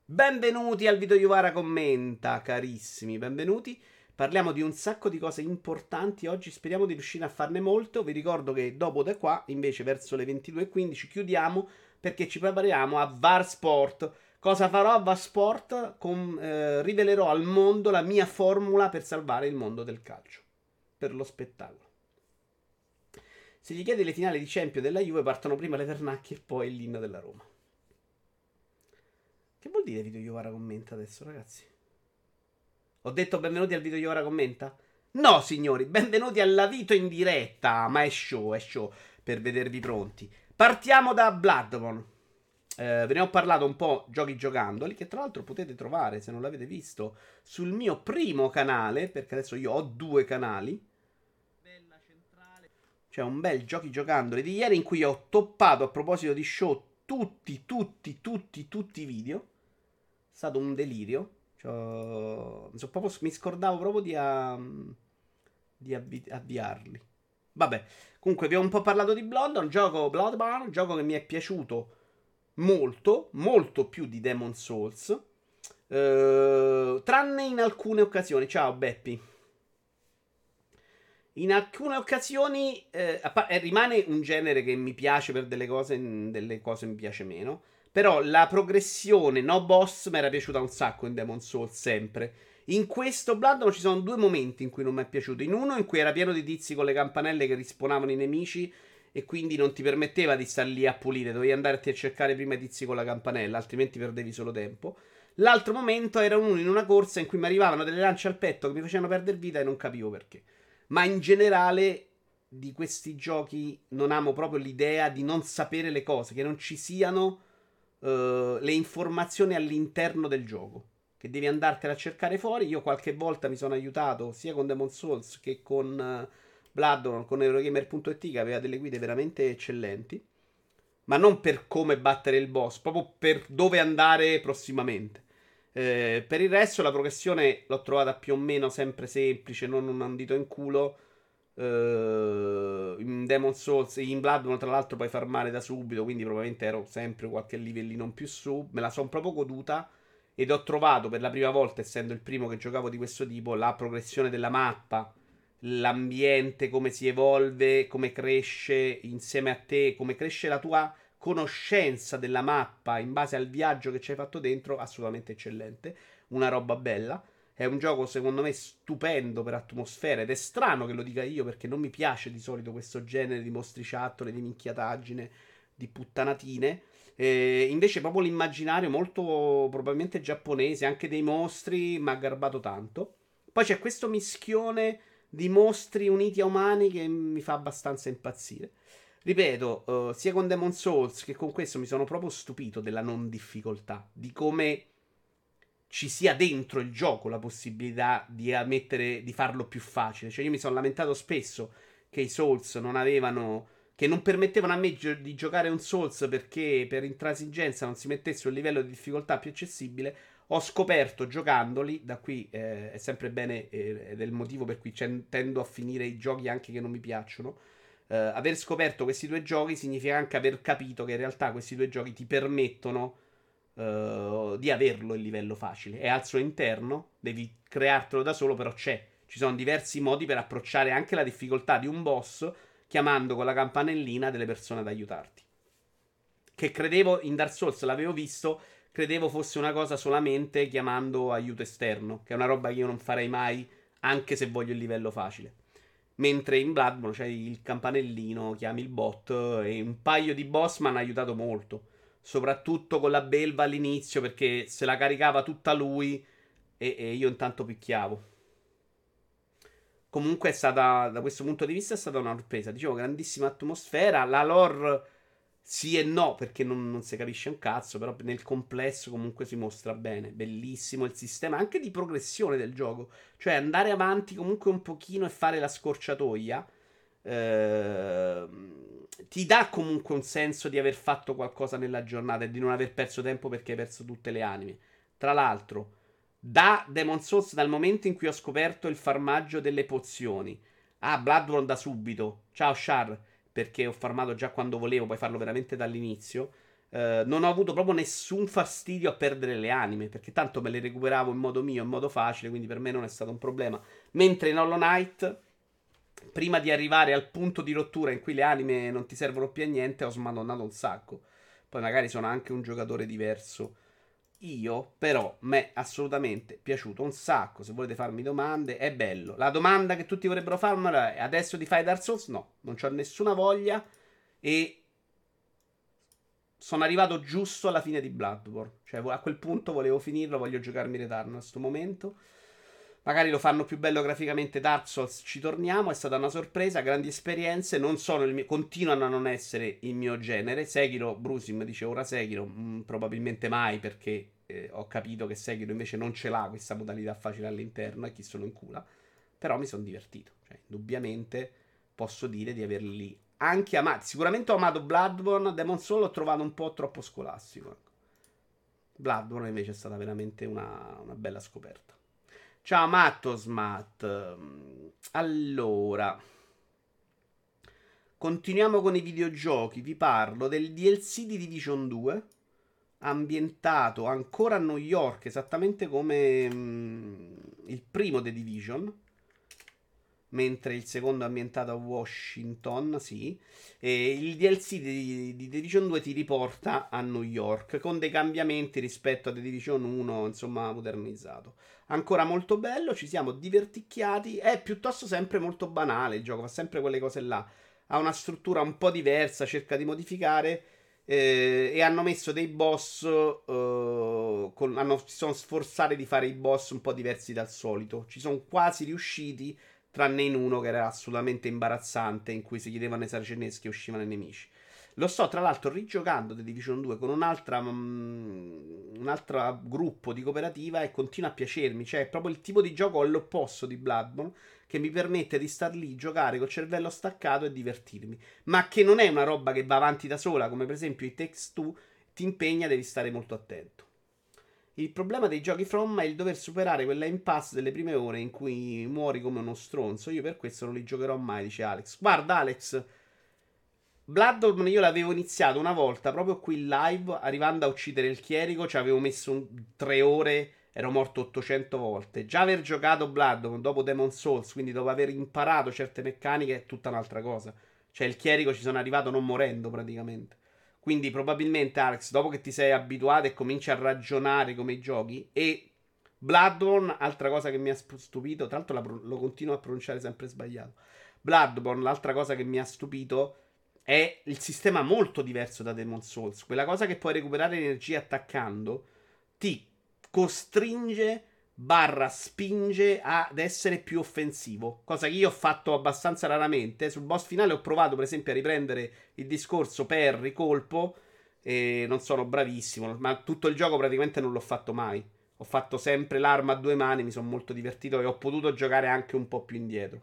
Benvenuti al video Iuvara commenta, carissimi, benvenuti. Parliamo di un sacco di cose importanti oggi, speriamo di riuscire a farne molto. Vi ricordo che dopo da qua, invece, verso le 22:15 chiudiamo perché ci prepariamo a VAR Sport. Cosa farò a VAR Sport? Rivelerò al mondo la mia formula per salvare il mondo del calcio, per lo spettacolo. Se gli chiedi le finali di Champions della Juve partono prima le pernacchie e poi l'inno della Roma. Che vuol dire video Iovara commenta adesso, ragazzi? Ho detto benvenuti al video Iovara commenta? No, signori, benvenuti alla Vito in diretta. Ma è show, per vedervi pronti. Partiamo da Bloodborne. Ve ne ho parlato un po' giochi giocandoli, che tra l'altro potete trovare, se non l'avete visto, sul mio primo canale, perché adesso io ho due canali. C'è un bel giochi giocandoli di ieri in cui ho toppato a proposito di show tutti i video. È stato un delirio. Mi scordavo proprio di avviarli. Vabbè, comunque vi ho un po' parlato di Bloodborne, gioco che mi è piaciuto molto, molto più di Demon Souls. Tranne in alcune occasioni. Ciao Beppi. In alcune occasioni rimane un genere che mi piace per delle cose, in delle cose mi piace meno. Però la progressione no boss mi era piaciuta un sacco in Demon Souls sempre. In questo Bloodborne ci sono due momenti in cui non mi è piaciuto. In uno in cui era pieno di tizi con le campanelle che rispawnavano i nemici e quindi non ti permetteva di star lì a pulire, dovevi andarti a cercare prima i tizi con la campanella, altrimenti perdevi solo tempo. L'altro momento era uno in una corsa in cui mi arrivavano delle lance al petto che mi facevano perdere vita e non capivo perché. Ma in generale di questi giochi non amo proprio l'idea di non sapere le cose, che non ci siano le informazioni all'interno del gioco. Che devi andartene a cercare fuori. Io qualche volta mi sono aiutato sia con Demon Souls che con Bloodborne, con Eurogamer.it, che aveva delle guide veramente eccellenti. Ma non per come battere il boss, proprio per dove andare prossimamente. Per il resto la progressione l'ho trovata più o meno sempre semplice, non un dito in culo. In Demon Souls, in Bloodborne tra l'altro puoi farmare da subito, quindi probabilmente ero sempre qualche livellino in più su. Me la sono proprio goduta ed ho trovato per la prima volta, essendo il primo che giocavo di questo tipo, la progressione della mappa, l'ambiente, come si evolve, come cresce insieme a te, come cresce la tua conoscenza della mappa in base al viaggio che ci hai fatto dentro, assolutamente eccellente. Una roba bella. È un gioco secondo me stupendo per atmosfera ed è strano che lo dica io perché non mi piace di solito questo genere di mostriciattole, di minchiataggine, di puttanatine. Invece proprio l'immaginario molto probabilmente giapponese, anche dei mostri, mi ha garbato tanto. Poi c'è questo mischione di mostri uniti a umani che mi fa abbastanza impazzire. Ripeto, sia con Demon Souls che con questo mi sono proprio stupito della non difficoltà, di come ci sia dentro il gioco la possibilità di farlo più facile. Cioè, io mi sono lamentato spesso che i Souls non avevano. Che non permettevano a me di giocare un Souls perché per intransigenza non si mettesse un livello di difficoltà più accessibile. Ho scoperto giocandoli, da qui è sempre bene ed è il motivo per cui tendo a finire i giochi anche che non mi piacciono. Aver scoperto questi due giochi significa anche aver capito che in realtà questi due giochi ti permettono di averlo il livello facile. È al suo interno, devi creartelo da solo, però c'è. Ci sono diversi modi per approcciare anche la difficoltà di un boss chiamando con la campanellina delle persone ad aiutarti. Che credevo in Dark Souls, l'avevo visto, credevo fosse una cosa solamente chiamando aiuto esterno, che è una roba che io non farei mai, anche se voglio il livello facile. Mentre in Bloodborne c'hai il campanellino, chiami il bot e un paio di boss mi hanno aiutato molto. Soprattutto con la belva all'inizio perché se la caricava tutta lui e io intanto picchiavo. Comunque è stata, da questo punto di vista, è stata una sorpresa. Dicevo, grandissima atmosfera. La lore sì e no, perché non si capisce un cazzo, però nel complesso comunque si mostra bene. Bellissimo il sistema anche di progressione del gioco. Cioè andare avanti comunque un pochino e fare la scorciatoia. Ti dà comunque un senso di aver fatto qualcosa nella giornata e di non aver perso tempo perché hai perso tutte le anime. Tra l'altro, da Demon Souls, dal momento in cui ho scoperto il farmaggio delle pozioni, a Bloodborne da subito. Ciao Char, perché ho farmato già quando volevo, puoi farlo veramente dall'inizio. Non ho avuto proprio nessun fastidio a perdere le anime, perché tanto me le recuperavo in modo mio, in modo facile, quindi per me non è stato un problema. Mentre in Hollow Knight, prima di arrivare al punto di rottura in cui le anime non ti servono più a niente, ho smadonnato un sacco. Poi magari sono anche un giocatore diverso. Io, però, mi è assolutamente piaciuto un sacco. Se volete farmi domande, è bello. La domanda che tutti vorrebbero farmela è: adesso ti fai Dark Souls? No, non c'ho nessuna voglia. E sono arrivato giusto alla fine di Bloodborne. Cioè, a quel punto volevo finirlo, voglio giocarmi Return a questo momento. Magari lo fanno più bello graficamente Dark Souls, ci torniamo, è stata una sorpresa, grandi esperienze, non sono il mio, continuano a non essere il mio genere. Sekiro, Brusim dice ora Sekiro, probabilmente mai perché ho capito che Sekiro invece non ce l'ha questa modalità facile all'interno e chi se lo incula. Però mi sono divertito, cioè indubbiamente posso dire di averli anche amati. Sicuramente ho amato Bloodborne, Demon Soul l'ho trovato un po' troppo scolastico. Ecco. Bloodborne invece è stata veramente una bella scoperta. Ciao Mattosmat. Allora, continuiamo con i videogiochi. Vi parlo del DLC di Division 2, ambientato ancora a New York, esattamente come il primo The Division, mentre il secondo è ambientato a Washington, sì. E il DLC di The Division 2 ti riporta a New York, con dei cambiamenti rispetto a The Division 1, insomma, modernizzato. Ancora molto bello, ci siamo diverticchiati. È piuttosto sempre molto banale il gioco, fa sempre quelle cose là. Ha una struttura un po' diversa, cerca di modificare. E hanno messo dei boss. Si sono sforzati di fare i boss un po' diversi dal solito. Ci sono quasi riusciti, tranne in uno che era assolutamente imbarazzante, in cui si chiedevano ai saraceneschi e uscivano i nemici. Lo sto tra l'altro rigiocando The Division 2 con un altro gruppo di cooperativa e continua a piacermi. Cioè, è proprio il tipo di gioco all'opposto di Bloodborne che mi permette di star lì, giocare col cervello staccato e divertirmi. Ma che non è una roba che va avanti da sola, come per esempio i Takes Two, ti impegna, devi stare molto attento. Il problema dei giochi From è il dover superare quella impasse delle prime ore in cui muori come uno stronzo. Io per questo non li giocherò mai, dice Alex. Guarda, Alex, Bloodborne io l'avevo iniziato una volta proprio qui in live, arrivando a uccidere il chierico, ci avevo messo 3 ore, ero morto 800 volte. Già aver giocato Bloodborne dopo Demon Souls, quindi dopo aver imparato certe meccaniche, è tutta un'altra cosa. Cioè il chierico ci sono arrivato non morendo praticamente. Quindi probabilmente Alex, dopo che ti sei abituato e cominci a ragionare come i giochi, e Bloodborne, altra cosa che mi ha stupito, tra l'altro lo continuo a pronunciare sempre sbagliato. Bloodborne, l'altra cosa che mi ha stupito è il sistema molto diverso da Demon Souls. Quella cosa che puoi recuperare energia attaccando ti costringe barra spinge ad essere più offensivo. Cosa che io ho fatto abbastanza raramente. Sul boss finale ho provato per esempio a riprendere il discorso per colpo e non sono bravissimo, ma tutto il gioco praticamente non l'ho fatto mai. Ho fatto sempre l'arma a 2 mani, mi sono molto divertito e ho potuto giocare anche un po' più indietro.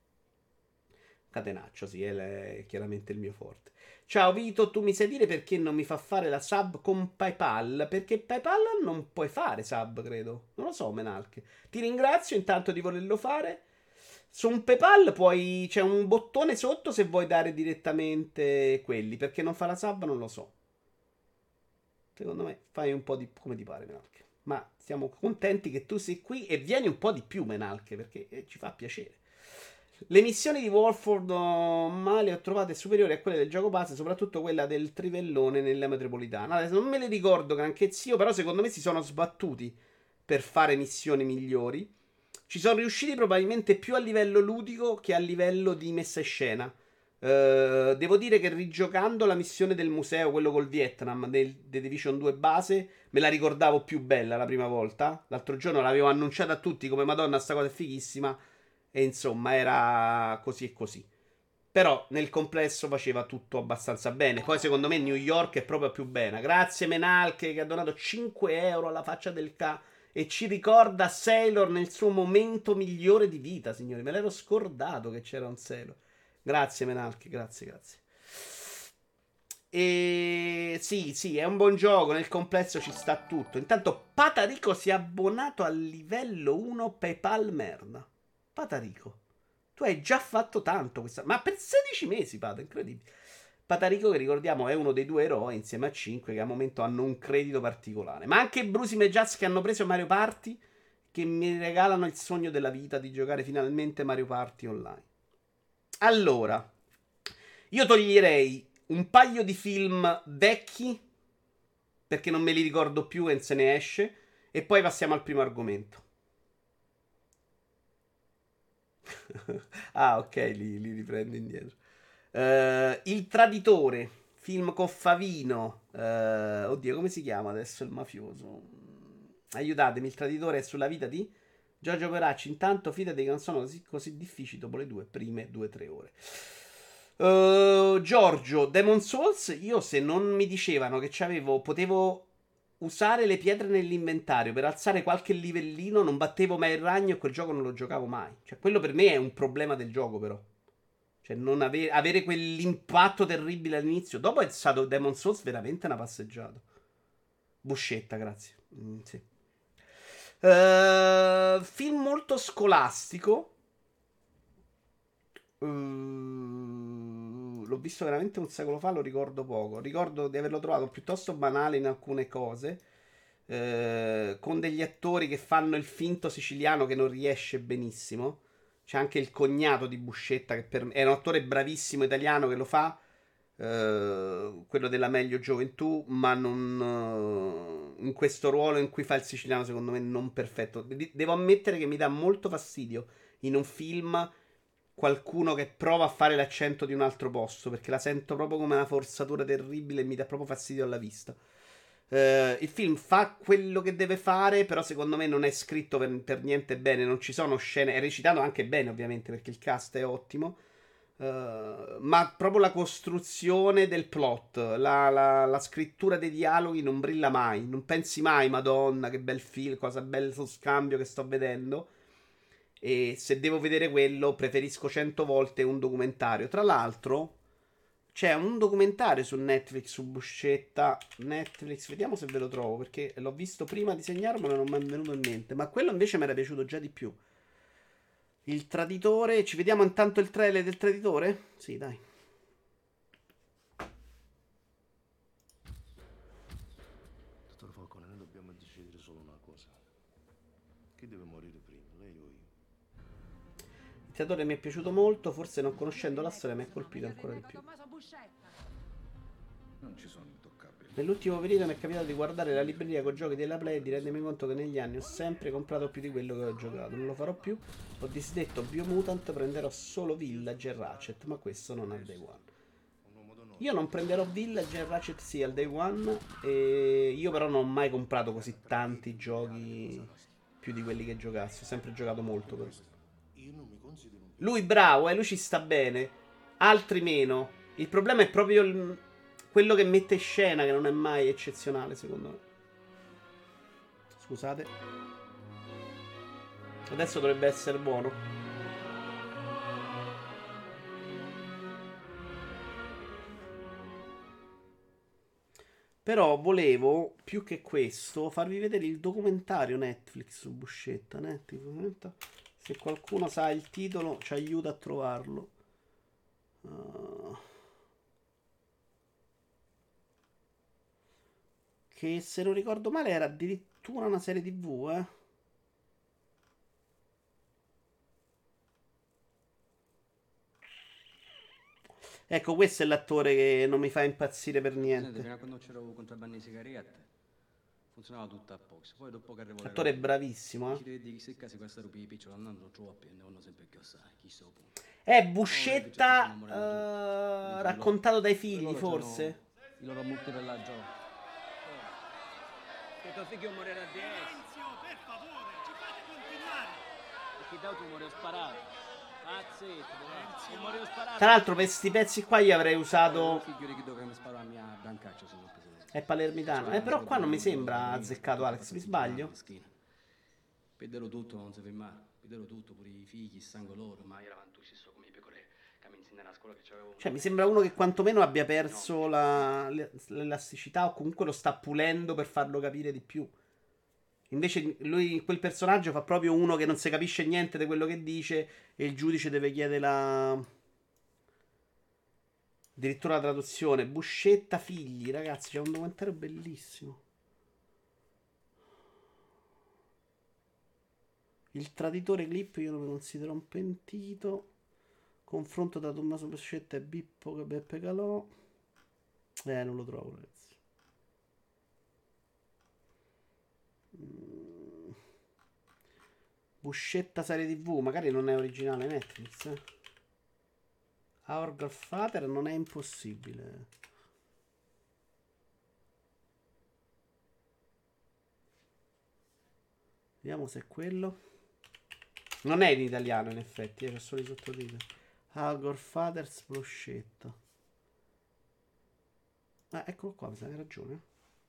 Catenaccio, sì, è chiaramente il mio forte. Ciao Vito, tu mi sai dire perché non mi fa fare la sub con PayPal? Perché PayPal non puoi fare sub, credo. Non lo so, Menalche. Ti ringrazio intanto di volerlo fare. Su un PayPal c'è un bottone sotto se vuoi dare direttamente quelli. Perché non fa la sub non lo so. Secondo me fai un po' di come ti pare, Menalche. Ma siamo contenti che tu sei qui e vieni un po' di più, Menalche, perché ci fa piacere. Le missioni di Warford ma le ho trovate superiori a quelle del gioco base, soprattutto quella del trivellone nella metropolitana. Adesso non me le ricordo granché zio, però secondo me si sono sbattuti per fare missioni migliori. Ci sono riusciti probabilmente più a livello ludico che a livello di messa in scena. Devo dire che rigiocando la missione del museo, quello col Vietnam, del The Division 2 base, me la ricordavo più bella la prima volta. L'altro giorno l'avevo annunciata a tutti come Madonna, sta cosa è fighissima. E insomma, era così e così. Però nel complesso faceva tutto abbastanza bene. Poi secondo me New York è proprio più bella. Grazie Menalche che ha donato 5 euro alla faccia del ca. E ci ricorda Sailor nel suo momento migliore di vita, signori. Me l'ero scordato che c'era un Sailor. Grazie Menalche, grazie, grazie. E sì, sì, è un buon gioco. Nel complesso ci sta tutto. Intanto Patarico si è abbonato al livello 1 PayPal merda. Patarico, tu hai già fatto tanto questa. Ma per 16 mesi, Pato, incredibile. Patarico, che ricordiamo è uno dei due eroi insieme a 5 che al momento hanno un credito particolare. Ma anche Brusim e Jazz che hanno preso Mario Party, che mi regalano il sogno della vita di giocare finalmente Mario Party online. Allora, io toglierei un paio di film vecchi, perché non me li ricordo più e se ne esce, e poi passiamo al primo argomento. Ah, ok, li riprendo indietro. Il traditore, film con Favino. Oddio, come si chiama adesso il mafioso? Aiutatemi, il traditore è sulla vita di Giorgio Peracci. Intanto fidati che non sono così difficili dopo le prime 2 o 3 ore. Giorgio, Demon Souls. Io se non mi dicevano che potevo usare le pietre nell'inventario per alzare qualche livellino, non battevo mai il ragno e quel gioco non lo giocavo mai. Cioè, quello per me è un problema del gioco, però. Cioè, non avere quell'impatto terribile all'inizio. Dopo è stato Demon Souls veramente una passeggiata. Buscetta, grazie. Sì. Film molto scolastico. L'ho visto veramente un secolo fa, lo ricordo poco. Ricordo di averlo trovato piuttosto banale in alcune cose. Con degli attori che fanno il finto siciliano che non riesce benissimo. C'è anche il cognato di Buscetta che è un attore bravissimo italiano che lo fa. Quello della meglio gioventù, ma non in questo ruolo in cui fa il siciliano, secondo me, non perfetto. Devo ammettere che mi dà molto fastidio in un film qualcuno che prova a fare l'accento di un altro posto, perché la sento proprio come una forzatura terribile e mi dà proprio fastidio alla vista. Il film fa quello che deve fare, però secondo me non è scritto per niente bene, non ci sono scene, è recitato anche bene ovviamente perché il cast è ottimo. Ma proprio la costruzione del plot, la scrittura dei dialoghi non brilla mai. Non pensi mai, Madonna, che bel film, cosa bello scambio che sto vedendo. E se devo vedere quello, preferisco 100 volte un documentario. Tra l'altro, c'è un documentario su Netflix su Buscetta. Netflix, vediamo se ve lo trovo perché l'ho visto prima di segnarmelo e non mi è venuto in mente. Ma quello invece mi era piaciuto già di più. Il traditore. Ci vediamo intanto il trailer del traditore? Sì, dai. Dottor Falcone, noi dobbiamo decidere solo una cosa. Chi deve morire prima, lei o io? Il traditore mi è piaciuto molto. Forse non conoscendo la storia mi ha colpito ancora di più. Non ci sono intoccabili. Nell'ultimo periodo mi è capitato di guardare la libreria con giochi della Play e di rendermi conto che negli anni ho sempre comprato più di quello che ho giocato. Non lo farò più. Ho disdetto Biomutant, prenderò solo Village e Ratchet, ma questo non al day one. Io non prenderò Village e Ratchet sì al day one. E io però non ho mai comprato così tanti giochi più di quelli che giocassi. Ho sempre giocato molto però. Io non mi considero un... Lui bravo, lui ci sta bene. Altri meno. Il problema è proprio quello che mette in scena, che non è mai eccezionale, secondo me. Scusate. Adesso dovrebbe essere buono. Però volevo, più che questo, farvi vedere il documentario Netflix su Buscetta. Netflix, se qualcuno sa il titolo, ci aiuta a trovarlo. Che se non ricordo male era addirittura una serie TV, eh. Ecco, questo è l'attore che non mi fa impazzire per Senti, niente. fino a quando c'erano contrabbando di sigarette, funzionava tutto a poco. Poi dopo che arrivò L'attore è bravissimo, ci devi dire che se casi questo rupi piccolo andando troppo e andavano sempre più assai, chi so punto. Buscetta raccontato dai figli, forse. I loro mutti per la gioia. Che tuo figlio morirà di Silenzio, per favore, ci fate continuare. E chi dato muore sparato. Zitto, muore sparato. Tra l'altro, per sti pezzi qua io avrei usato. Figlio che dovremmo sparare a mia brancaccia se non preso. È palermitano. Però qua non mi sembra azzeccato, Alex. Mi sbaglio? Perderlo tutto, non si fermare. Perderlo tutto, pure i figli, il sangue loro. Ma eravamo tutti stesso come i pecore. Che mi insegna nella scuola che c'avevo. Cioè, mi sembra uno che quantomeno abbia perso l'elasticità o comunque lo sta pulendo per farlo capire di più. Invece lui, quel personaggio fa proprio uno che non si capisce niente di quello che dice e il giudice deve chiedere Addirittura la traduzione. Buscetta figli, ragazzi, c'è un documentario bellissimo. Il traditore clip io non mi considero un pentito. Confronto tra Tommaso Buscetta e Beppe Calò. Non lo trovo, ragazzi. Buscetta serie TV, magari non è originale Netflix. Our Godfather non è impossibile. Vediamo se è quello. Non è in italiano, in effetti, c'è solo i sottotitoli. Our Godfather's Buscetta. Ah, eccolo qua, mi sa che hai ragione.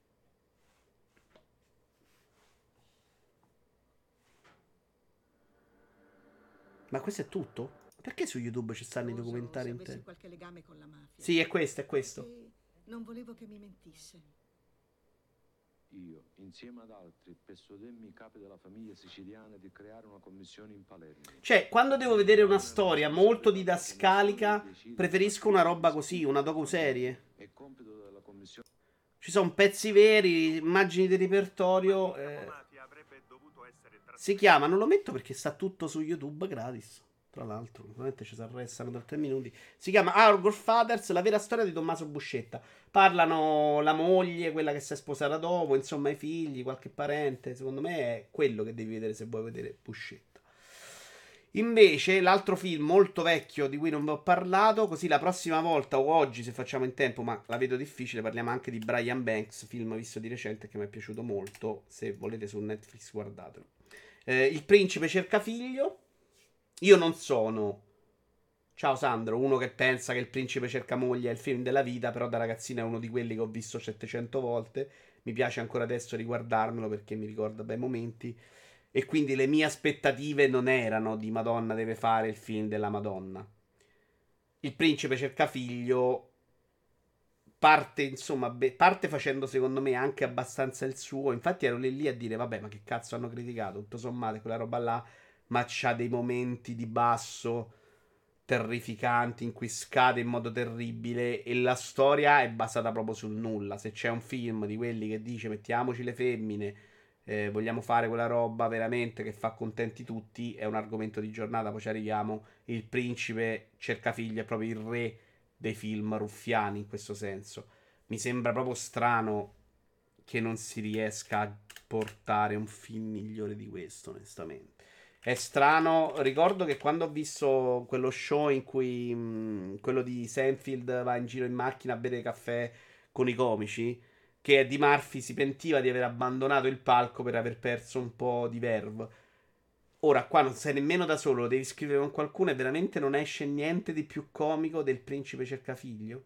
Ma questo è tutto? Perché su YouTube ci stanno i documentari interi? Qualche legame con la mafia. Sì, è questo, è questo. E non volevo che mi mentisse. Io, insieme ad altri, persuademmi i capi della famiglia siciliana di creare una commissione in Palermo. Cioè, quando devo vedere una storia molto didascalica, preferisco una roba così, una docuserie. È compito della commissione. Ci sono pezzi veri, immagini di repertorio. Si chiama, non lo metto perché sta tutto su YouTube gratis. Tra l'altro, ovviamente ci si arrestano per 3 minuti. Si chiama Our Godfathers, la vera storia di Tommaso Buscetta. Parlano la moglie, quella che si è sposata dopo, insomma i figli, qualche parente. Secondo me è quello che devi vedere se vuoi vedere Buscetta. Invece l'altro film molto vecchio di cui non vi ho parlato, così la prossima volta o oggi se facciamo in tempo, ma la vedo difficile, parliamo anche di Brian Banks, film visto di recente che mi è piaciuto molto. Se volete su Netflix guardatelo. Il principe cerca figlio. Io non sono, ciao Sandro, uno che pensa che Il principe cerca moglie è il film della vita, però da ragazzino è uno di quelli che ho visto 700 volte. Mi piace ancora adesso riguardarmelo perché mi ricorda bei momenti. E quindi le mie aspettative non erano di Madonna deve fare il film della Madonna. Il principe cerca figlio parte, insomma, parte facendo secondo me anche abbastanza il suo. Infatti ero lì a dire, vabbè, ma che cazzo hanno criticato? Tutto sommato quella roba là, ma c'ha dei momenti di basso terrificanti in cui scade in modo terribile e la storia è basata proprio sul nulla. Se c'è un film di quelli che dice mettiamoci le femmine, vogliamo fare quella roba veramente che fa contenti tutti, è un argomento di giornata, poi ci arriviamo. Il principe cerca figlio è proprio il re dei film ruffiani in questo senso. Mi sembra proprio strano che non si riesca a portare un film migliore di questo, onestamente. È strano, ricordo che quando ho visto quello show in cui quello di Seinfeld va in giro in macchina a bere caffè con i comici, che Eddie Murphy si pentiva di aver abbandonato il palco per aver perso un po' di verve. Ora qua non sei nemmeno da solo, lo devi scrivere con qualcuno e veramente non esce niente di più comico del principe cerca figlio.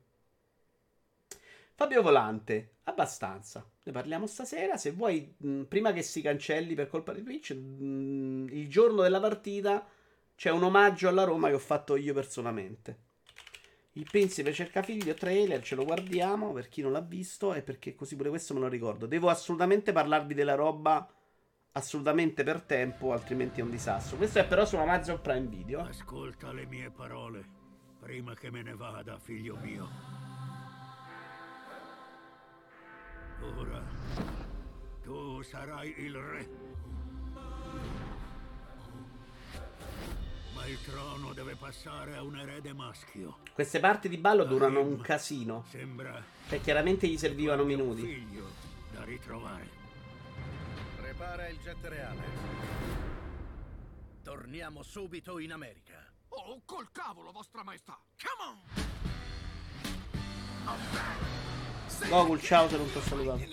Fabio Volante, abbastanza. Ne parliamo stasera. Se vuoi, prima che si cancelli per colpa di Twitch, il giorno della partita c'è un omaggio alla Roma che ho fatto io personalmente. Il principe cerca figlio trailer, ce lo guardiamo per chi non l'ha visto e perché così pure questo me lo ricordo. Devo assolutamente parlarvi della roba assolutamente per tempo, altrimenti è un disastro. Questo è però su Amazon Prime Video. Ascolta le mie parole prima che me ne vada, figlio mio. Ora tu sarai il re. Ma il trono deve passare a un erede maschio. Queste parti di ballo durano un casino. Sembra E chiaramente gli servivano minuti. figlio da ritrovare. Prepara il jet reale. Torniamo subito in America. Oh, col cavolo, vostra maestà! Come on! Gogul, ciao, se non ti ho salutato.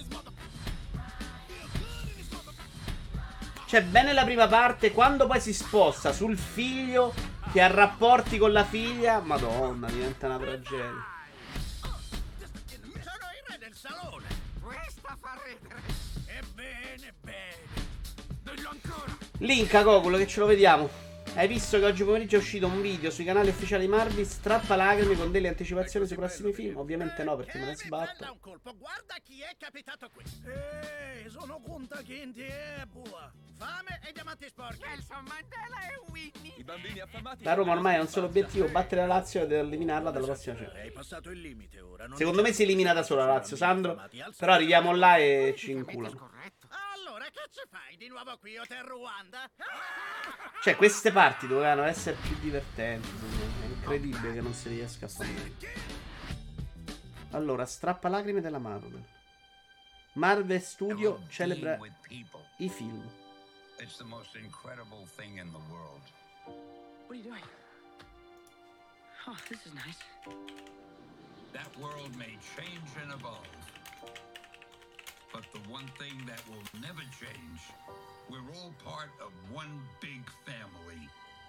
Cioè, bene la prima parte, quando poi si sposta sul figlio che ha rapporti con la figlia, madonna, diventa una tragedia. Sono il re del salone. Questa fa ridere! Ebbene, bene. Dillo ancora! Linka, Gogul, che ce lo vediamo. Hai visto che oggi pomeriggio è uscito un video sui canali ufficiali Marvel strappalacrime con delle anticipazioni sui prossimi film? Ovviamente no, perché me ne sbatto. Guarda chi è capitato qui. Sono contagenti e buona. Fame e diamanti sporchi. Nelson Mandela e Whitney. I bambini affamati. La Roma ormai ha un solo obiettivo, battere la Lazio ed eliminarla dalla prossima Champions. Hai passato il limite ora. Secondo me si elimina da sola la Lazio, Sandro. Però arriviamo là e ci inculano. Allora, che ci fai di nuovo qui, Hotel Ruanda? Cioè, queste parti dovevano essere più divertenti. È incredibile che non si riesca a fare. Allora, strappalacrime della Marvel. Marvel Studio celebra i film. It's the most incredible thing in the world. What are you doing? Oh, this is nice. That world may change and evolve. But the one thing that will never change, we're all part of one big family.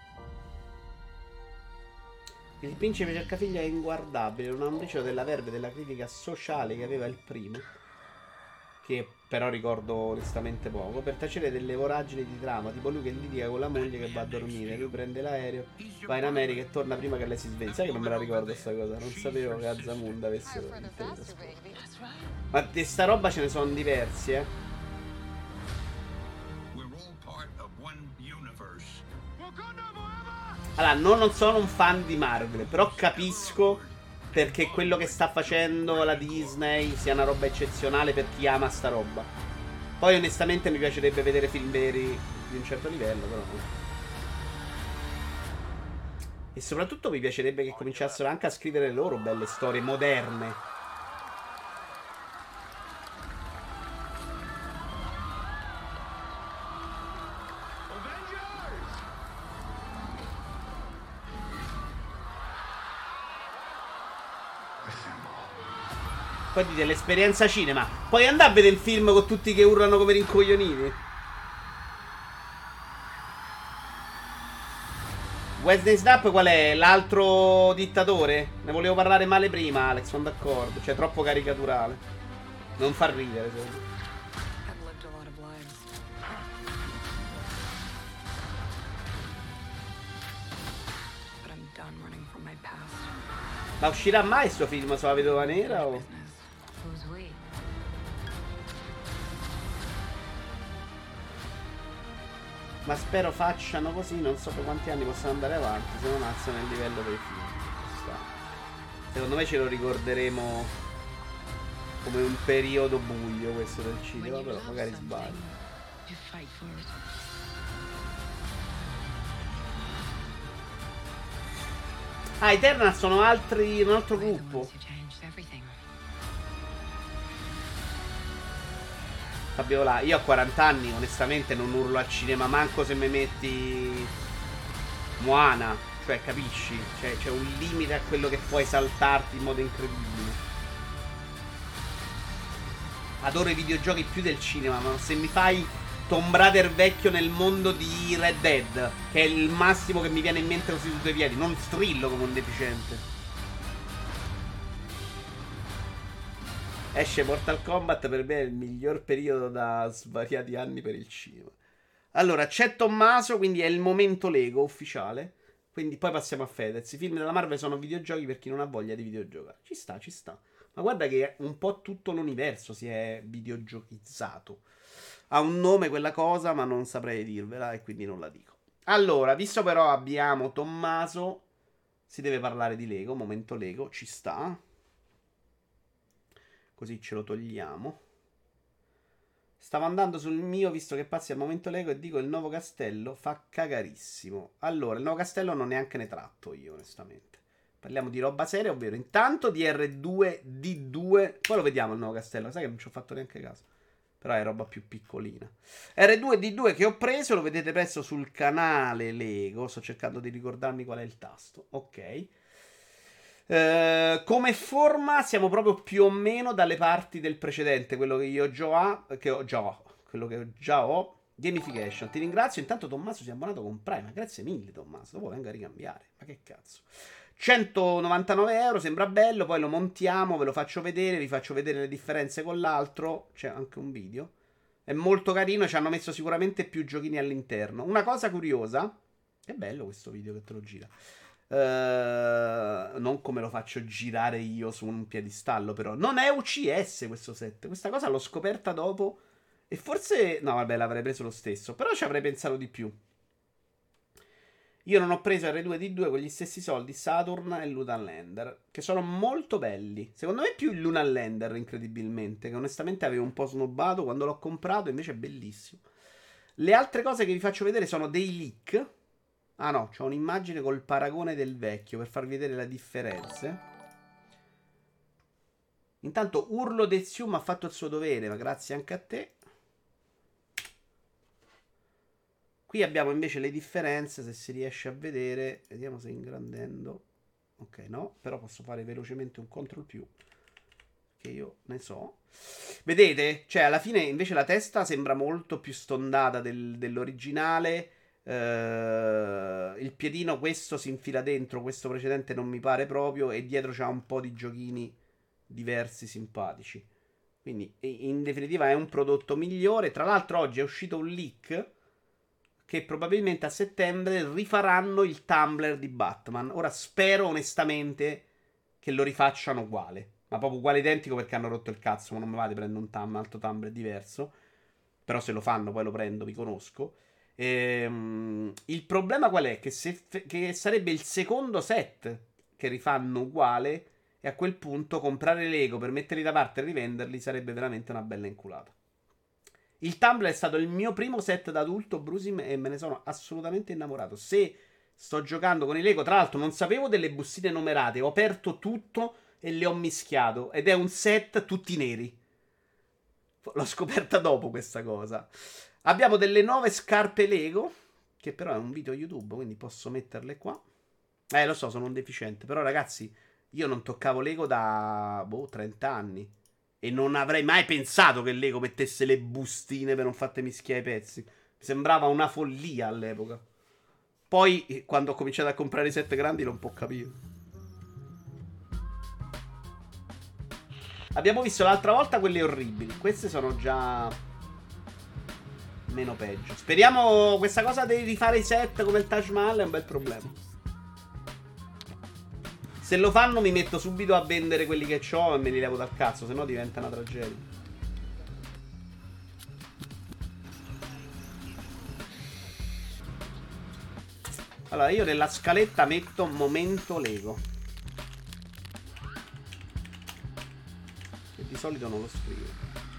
Il principe cercafiglia è inguardabile, non ha un briciolo della verve e della critica sociale che aveva il primo, che però ricordo onestamente poco, per tacere delle voragini di trama, tipo lui che litiga con la moglie che va a dormire, lui prende l'aereo, va in America e torna prima che lei si sveglia. Sai che non me la ricordo sta cosa, non sapevo che Azzamunda avesse interesse. Ma di sta roba ce ne sono diversi, Allora, non sono un fan di Marvel, però capisco perché quello che sta facendo la Disney sia una roba eccezionale per chi ama sta roba. Poi onestamente mi piacerebbe vedere film veri di un certo livello, però. E soprattutto mi piacerebbe che cominciassero anche a scrivere le loro belle storie moderne. Poi dite l'esperienza cinema. Puoi andare a vedere il film con tutti che urlano come rincoglioniti? Wesley Snap qual è? L'altro dittatore? Ne volevo parlare male prima, Alex, sono d'accordo. Cioè, troppo caricaturale. Non fa ridere, secondo me. Ma uscirà mai sto film sulla vedova nera o? Ma spero facciano così, non so per quanti anni possano andare avanti se non alzano il livello dei film. Secondo me ce lo ricorderemo come un periodo buio questo del cinema, però magari sbaglio. Ah, Eternal sono un altro gruppo. Fabiola, io a 40 anni onestamente non urlo al cinema manco se mi metti Moana, cioè capisci? Cioè c'è un limite a quello che puoi saltarti in modo incredibile. Adoro i videogiochi più del cinema, ma se mi fai Tomb Raider vecchio nel mondo di Red Dead, che è il massimo che mi viene in mente così su due piedi, non strillo come un deficiente. Esce Mortal Kombat, per me è il miglior periodo da svariati anni per il cinema. Allora, c'è Tommaso, quindi è il momento Lego ufficiale. Quindi poi passiamo a Fedez. I film della Marvel sono videogiochi per chi non ha voglia di videogiocare. Ci sta, ci sta. Ma guarda che un po' tutto l'universo si è videogiochizzato. Ha un nome quella cosa, ma non saprei dirvela e quindi non la dico. Allora, visto però abbiamo Tommaso, si deve parlare di Lego. Momento Lego, ci sta. Così ce lo togliamo. Stavo andando sul mio, visto che passi al momento Lego, e dico il nuovo castello fa cagarissimo. Allora, il nuovo castello non neanche ne tratto io, onestamente. Parliamo di roba seria, ovvero intanto di R2D2. Poi lo vediamo il nuovo castello, sai che non ci ho fatto neanche caso. Però è roba più piccolina. R2D2 che ho preso, lo vedete presto sul canale Lego. Sto cercando di ricordarmi qual è il tasto. Ok. Come forma siamo proprio più o meno dalle parti del precedente, quello che io quello che già ho. Gamification, ti ringrazio. Intanto Tommaso si è abbonato con Prime, grazie mille Tommaso, dopo venga a ricambiare, ma che cazzo. 199 euro, sembra bello, poi lo montiamo, ve lo faccio vedere, vi faccio vedere le differenze con l'altro, c'è anche un video. È molto carino, ci hanno messo sicuramente più giochini all'interno. Una cosa curiosa È bello questo video che te lo gira. Non come lo faccio girare io su un piedistallo, però. Non è UCS questo set. Questa cosa l'ho scoperta dopo. E forse... No, vabbè, l'avrei preso lo stesso. Però ci avrei pensato di più. Io non ho preso R2D2 con gli stessi soldi Saturn e Lunar Lander, che sono molto belli. Secondo me più il Lunar Lander, incredibilmente, che onestamente avevo un po' snobbato quando l'ho comprato, invece è bellissimo. Le altre cose che vi faccio vedere sono dei leak. Ah no, c'ho un'immagine col paragone del vecchio per farvi vedere le differenze. Intanto Urlo Dezium ha fatto il suo dovere, ma grazie anche a te. Qui abbiamo invece le differenze, se si riesce a vedere. Vediamo se ingrandendo. Ok, no, però posso fare velocemente un CTRL più, che io ne so. Vedete? Cioè, alla fine invece la testa sembra molto più stondata dell'originale. Il piedino, questo si infila dentro, questo precedente non mi pare proprio. E dietro c'ha un po' di giochini diversi, simpatici. Quindi, in definitiva, è un prodotto migliore. Tra l'altro, oggi è uscito un leak che probabilmente a settembre rifaranno il Tumbler di Batman. Ora spero onestamente che lo rifacciano uguale, ma proprio uguale identico, perché hanno rotto il cazzo. Ma non mi va di prendere un altro Tumbler diverso. Però se lo fanno poi lo prendo, vi conosco. Il problema qual è? Che sarebbe il secondo set che rifanno uguale, e a quel punto comprare Lego per metterli da parte e rivenderli sarebbe veramente una bella inculata. Il Tumblr è stato il mio primo set da adulto, Brusim, e me ne sono assolutamente innamorato. Se sto giocando con i Lego, tra l'altro non sapevo delle bustine numerate, ho aperto tutto e le ho mischiato, ed è un set tutti neri. L'ho scoperta dopo questa cosa. Abbiamo delle nuove scarpe Lego, che però è un video YouTube, quindi posso metterle qua. Lo so, sono un deficiente, però ragazzi, io non toccavo Lego da 30 anni. E non avrei mai pensato che Lego mettesse le bustine per non fatte mischiare i pezzi. Mi sembrava una follia all'epoca. Poi, quando ho cominciato a comprare i set grandi, l'ho un po' capito. Abbiamo visto l'altra volta quelle orribili. Queste sono già meno peggio. Speriamo. Questa cosa di rifare i set come il Taj Mahal è un bel problema. Se lo fanno mi metto subito a vendere quelli che ho e me li levo dal cazzo, sennò diventa una tragedia. Allora, io nella scaletta metto momento Lego, che di solito non lo scrivo.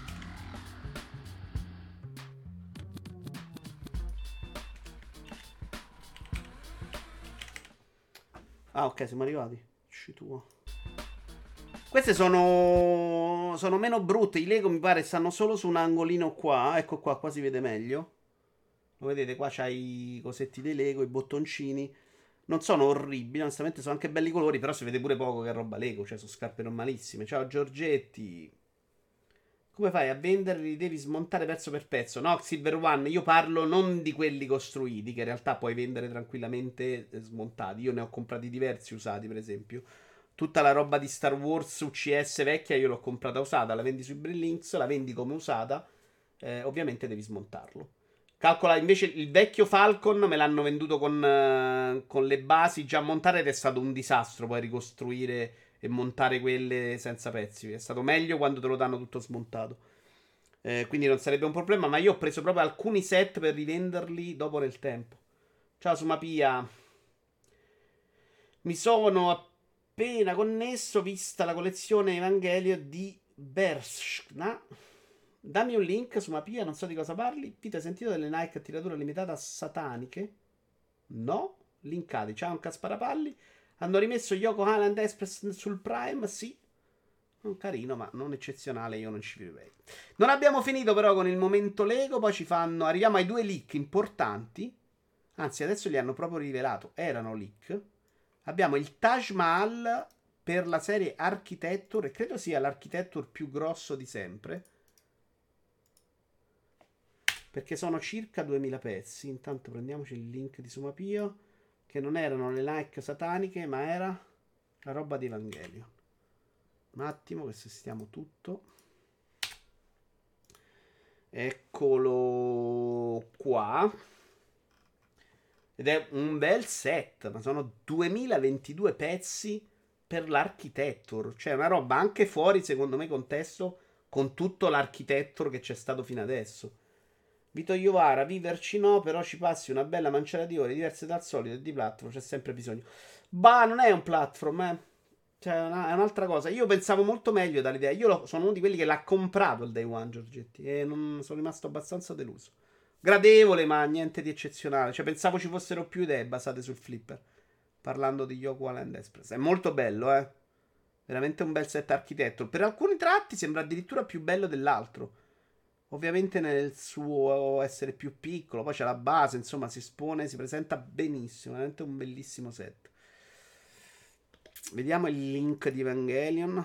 Ah, ok, siamo arrivati. Tuo. Queste sono meno brutte. I Lego mi pare stanno solo su un angolino qua. Ecco qua si vede meglio. Lo vedete? Qua c'hai i cosetti dei Lego, i bottoncini. Non sono orribili, onestamente sono anche belli colori, però si vede pure poco che è roba Lego. Cioè, sono scarpe normalissime. Ciao Giorgetti. Come fai a venderli? Devi smontare pezzo per pezzo. No, Silver One, io parlo non di quelli costruiti, che in realtà puoi vendere tranquillamente smontati. Io ne ho comprati diversi usati, per esempio. Tutta la roba di Star Wars UCS vecchia io l'ho comprata usata. La vendi sui Brillinks, la vendi come usata. Ovviamente devi smontarlo. Calcola, invece il vecchio Falcon me l'hanno venduto con le basi già montate, ed è stato un disastro poi ricostruire e montare quelle senza pezzi. È stato meglio quando te lo danno tutto smontato. Quindi non sarebbe un problema. Ma io ho preso proprio alcuni set per rivenderli dopo nel tempo. Ciao Sumapia. Mi sono appena connesso, vista la collezione Evangelio di Bershna. Dammi un link, Sumapia, non so di cosa parli. Ti hai sentito delle Nike a tiratura limitata sataniche? No? Linkati. Ciao, un Casparapalli. Hanno rimesso Yoko Island Express sul Prime? Sì. Un carino, ma non eccezionale, io non ci vivrei. Non abbiamo finito però con il momento Lego, poi ci fanno... Arriviamo ai due leak importanti. Anzi, adesso li hanno proprio rivelato. Erano leak. Abbiamo il Taj Mahal per la serie Architecture, e credo sia l'Architecture più grosso di sempre. Perché sono circa 2000 pezzi. Intanto prendiamoci il link di Sumapio. Che non erano le Nike sataniche, ma era la roba di Evangelion. Un attimo che sistemiamo tutto. Eccolo qua. Ed è un bel set, ma sono 2022 pezzi per l'Architecture. Cioè, una roba anche fuori, secondo me, contesto con tutto l'Architecture che c'è stato fino adesso. Vito Iovara, viverci no, però ci passi una bella manciata di ore diverse dal solito e di platform, c'è sempre bisogno. Bah, non è un platform, Cioè, è un'altra cosa. Io pensavo molto meglio dall'idea. Sono uno di quelli che l'ha comprato il Day One, Giorgetti, e non sono rimasto abbastanza deluso. Gradevole, ma niente di eccezionale. Cioè, pensavo ci fossero più idee basate sul flipper. Parlando di Yoko Island Express. È molto bello, Veramente un bel set architetto. Per alcuni tratti sembra addirittura più bello dell'altro. Ovviamente nel suo essere più piccolo. Poi c'è la base, insomma, si espone, si presenta benissimo. Veramente un bellissimo set. Vediamo il link di Evangelion.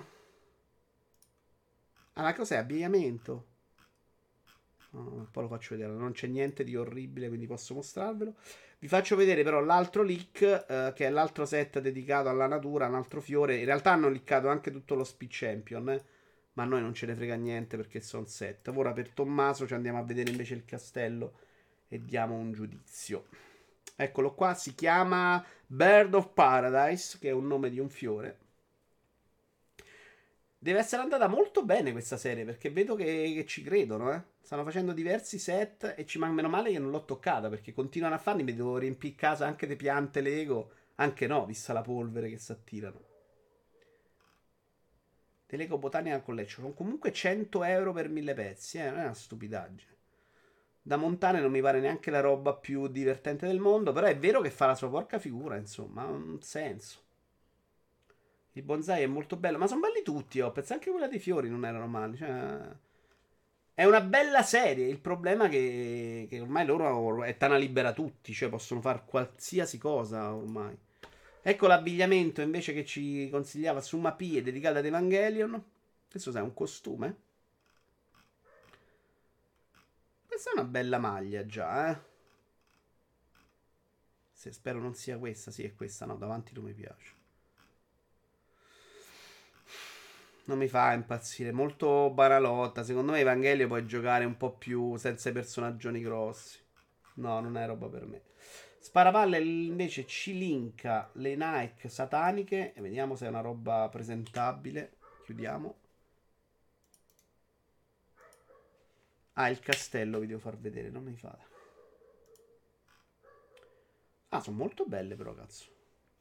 Ah, ma cos'è? Abbigliamento? Poi lo faccio vedere. Non c'è niente di orribile, quindi posso mostrarvelo. Vi faccio vedere però l'altro leak, che è l'altro set dedicato alla natura, un altro fiore. In realtà hanno leakato anche tutto lo Speed Champion, ma a noi non ce ne frega niente perché sono set. Ora per Tommaso ci andiamo a vedere invece il castello e diamo un giudizio. Eccolo qua, si chiama Bird of Paradise, che è un nome di un fiore. Deve essere andata molto bene questa serie, perché vedo che ci credono, Stanno facendo diversi set e meno male che non l'ho toccata, perché continuano a farli, mi devo riempire casa anche di piante Lego. Anche no, vista la polvere che si attirano. Lego Botanical Collection. Sono comunque 100 euro per 1000 pezzi, non è una stupidaggine. Da Montane non mi pare neanche la roba più divertente del mondo, però è vero che fa la sua porca figura, insomma, ha un senso. Il bonsai è molto bello, ma sono belli tutti, penso anche quella dei fiori non erano male, cioè... È una bella serie, il problema è che ormai loro è tana libera tutti, cioè possono fare qualsiasi cosa ormai. Ecco l'abbigliamento invece che ci consigliava Summa P, è dedicato ad Evangelion. Questo è un costume? Questa è una bella maglia già, Se spero non sia questa, sì è questa, no, davanti non mi piace. Non mi fa impazzire, molto banalotta. Secondo me Evangelio puoi giocare un po' più senza i personaggioni grossi. No, non è roba per me. Sparapalle invece ci linka le Nike sataniche e vediamo se è una roba presentabile. Chiudiamo. Ah, il castello vi devo far vedere, non mi fate. Ah, sono molto belle però, cazzo.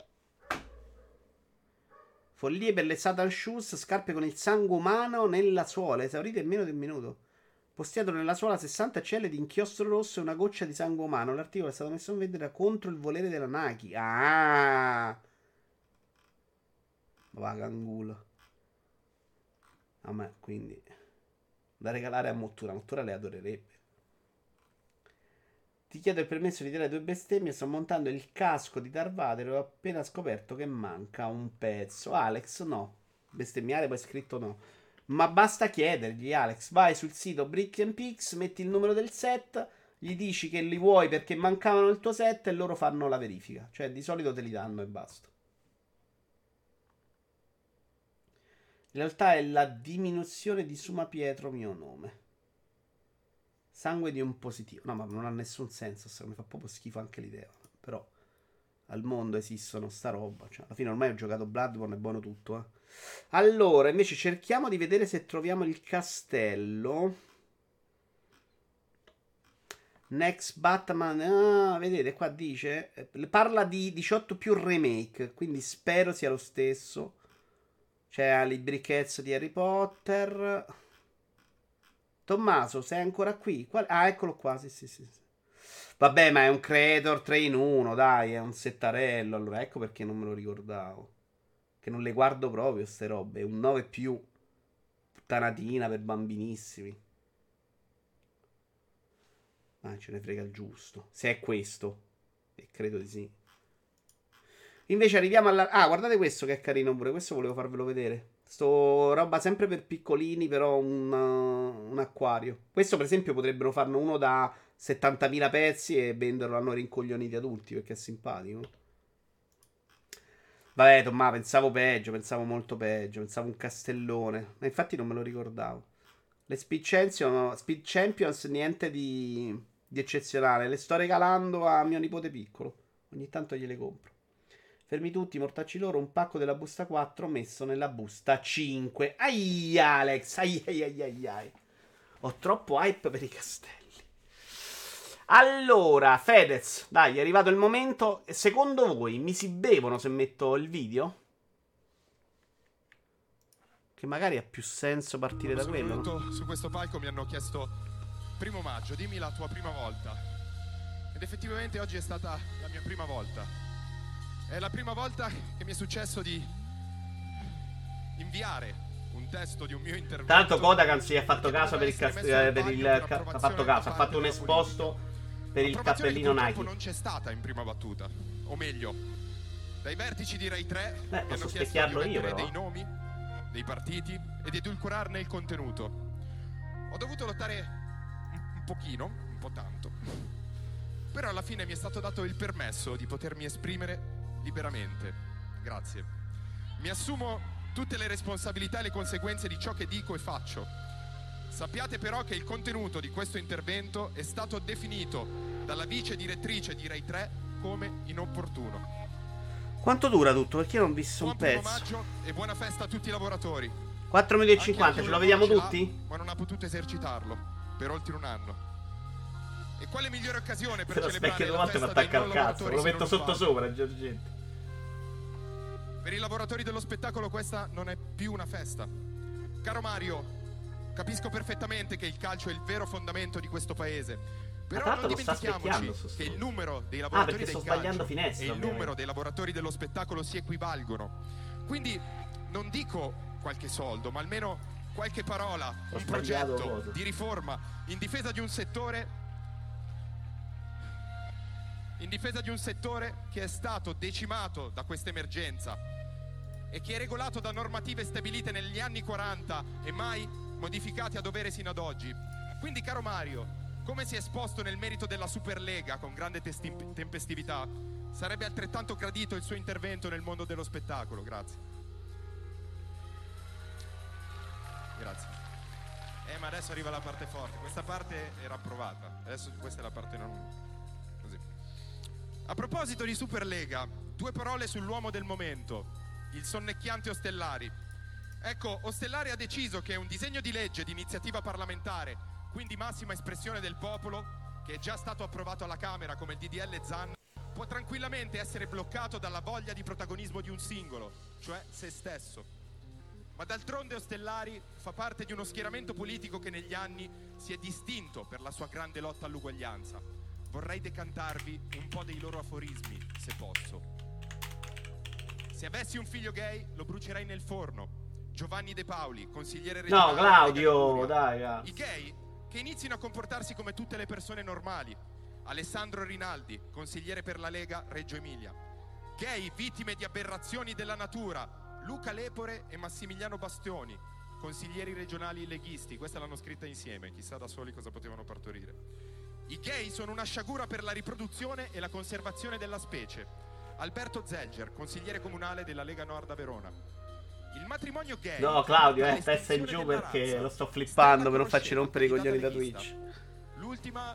Follie per le Satan Shoes, scarpe con il sangue umano nella suola, esaurite in meno di un minuto. Postiato nella suola 60 celle di inchiostro rosso e una goccia di sangue umano. L'articolo è stato messo in vendita contro il volere della Nike. Ah! Vagangulo. A me, quindi... da regalare a Mottura. Mottura le adorerebbe. Ti chiedo il permesso di tirare 2 bestemmie. Sto montando il casco di Darth Vader e ho appena scoperto che manca un pezzo. Alex, no. Bestemmiare poi scritto no. Ma basta chiedergli, Alex. Vai sul sito Brick and Pix, metti il numero del set, gli dici che li vuoi perché mancavano il tuo set e loro fanno la verifica. Cioè, di solito te li danno e basta. In realtà è la diminuzione di Suma Pietro mio nome. Sangue di un positivo. No, ma non ha nessun senso. Mi fa proprio schifo anche l'idea. Però al mondo esistono sta roba. Cioè, alla fine ormai ho giocato Bloodborne, è buono tutto. Allora, invece cerchiamo di vedere se troviamo il castello. Next Batman. Ah, vedete, qua dice... parla di 18 più remake. Quindi spero sia lo stesso. C'è i briquets di Harry Potter... Tommaso, sei ancora qui? Ah, eccolo qua, sì. Vabbè, ma è un creator 3 in 1, dai, è un settarello. Allora, ecco perché non me lo ricordavo. Che non le guardo proprio, ste robe. È un 9 più. Puttanatina per bambinissimi. Ah, ce ne frega il giusto. Se è questo. E credo di sì. Invece arriviamo alla... Ah, guardate questo che è carino pure. Questo volevo farvelo vedere. Sto roba sempre per piccolini, però un acquario. Questo per esempio potrebbero farne uno da 70.000 pezzi e venderlo a noi rincoglioniti adulti, perché è simpatico. Vabbè, Tommaso, pensavo peggio, pensavo molto peggio, pensavo un castellone. Ma infatti non me lo ricordavo. Le Speed Champions niente di eccezionale. Le sto regalando a mio nipote piccolo. Ogni tanto gliele compro. Fermi tutti, mortacci loro, un pacco della busta 4 messo nella busta 5. Ai Alex, ai. Ho troppo hype per i castelli. Allora, Fedez, dai, è arrivato il momento. Secondo voi mi si bevono se metto il video? Che magari ha più senso partire da quello, no? Su questo palco mi hanno chiesto: 1° maggio, dimmi la tua prima volta. Ed effettivamente oggi è stata la mia prima volta. È la prima volta che mi è successo di inviare un testo di un mio intervento. Tanto Kodakan si è fatto caso ha fatto un esposto per il cappellino Nike. Non c'è stata in prima battuta, o meglio, dai vertici di Rai 3 mi hanno posso chiesto di specchiarlo io, mettere però. dei nomi, dei partiti e di edulcorarne il contenuto. Ho dovuto lottare un pochino, un po' tanto, però alla fine mi è stato dato il permesso di potermi esprimere liberamente. Grazie. Mi assumo tutte le responsabilità e le conseguenze di ciò che dico e faccio. Sappiate però che il contenuto di questo intervento è stato definito dalla vice direttrice di Rai 3 come inopportuno. Quanto dura tutto? Perché io non ho visto un Buon 1° pezzo. maggio e buona festa a tutti i lavoratori. 4 minuti e 50, ce lo vediamo Ce l'ha, tutti? ma non ha potuto esercitarlo per oltre un anno. E quale migliore occasione per Se lo celebrare specchio 2 la volte mi festa dei attacca non al cazzo. lavoratori Lo se metto non sotto fa? sopra, Giorgetto. Per i lavoratori dello spettacolo questa non è più una festa. Caro Mario, capisco perfettamente che il calcio è il vero fondamento di questo paese. Però tra l'altro non lo sta dimentichiamoci specchiando, che il numero dei lavoratori perché del sto sbagliando calcio finestra, e il ovviamente. numero dei lavoratori dello spettacolo si equivalgono. Quindi non dico qualche soldo, ma almeno qualche parola, un sbagliato progetto cosa. di riforma in difesa di un settore che è stato decimato da questa emergenza e che è regolato da normative stabilite negli anni 40 e mai modificate a dovere sino ad oggi. Quindi, caro Mario, come si è esposto nel merito della Superlega con grande tempestività, sarebbe altrettanto gradito il suo intervento nel mondo dello spettacolo. Grazie. Ma adesso arriva la parte forte. Questa parte era approvata. Adesso questa è la parte non... Così. A proposito di Superlega, 2 parole sull'uomo del momento, il sonnecchiante Ostellari. Ecco, Ostellari ha deciso che un disegno di legge di iniziativa parlamentare, quindi massima espressione del popolo, che è già stato approvato alla Camera come il DDL Zan, può tranquillamente essere bloccato dalla voglia di protagonismo di un singolo, cioè se stesso. Ma d'altronde Ostellari fa parte di uno schieramento politico che negli anni si è distinto per la sua grande lotta all'uguaglianza. Vorrei decantarvi un po' dei loro aforismi, se posso. Se avessi un figlio gay, lo brucerei nel forno. Giovanni De Paoli, consigliere regionale. No, Claudio, dai. I gay che inizino a comportarsi come tutte le persone normali. Alessandro Rinaldi, consigliere per la Lega Reggio Emilia. Gay vittime di aberrazioni della natura. Luca Lepore e Massimiliano Bastioni, consiglieri regionali leghisti. Questa l'hanno scritta insieme, chissà da soli cosa potevano partorire. I gay sono una sciagura per la riproduzione e la conservazione della specie. Alberto Zelger, consigliere comunale della Lega Nord a Verona. Il matrimonio gay... No, Claudio, testa in giù perché lo sto flippando per non farci rompere i coglioni da Twitch. L'ultima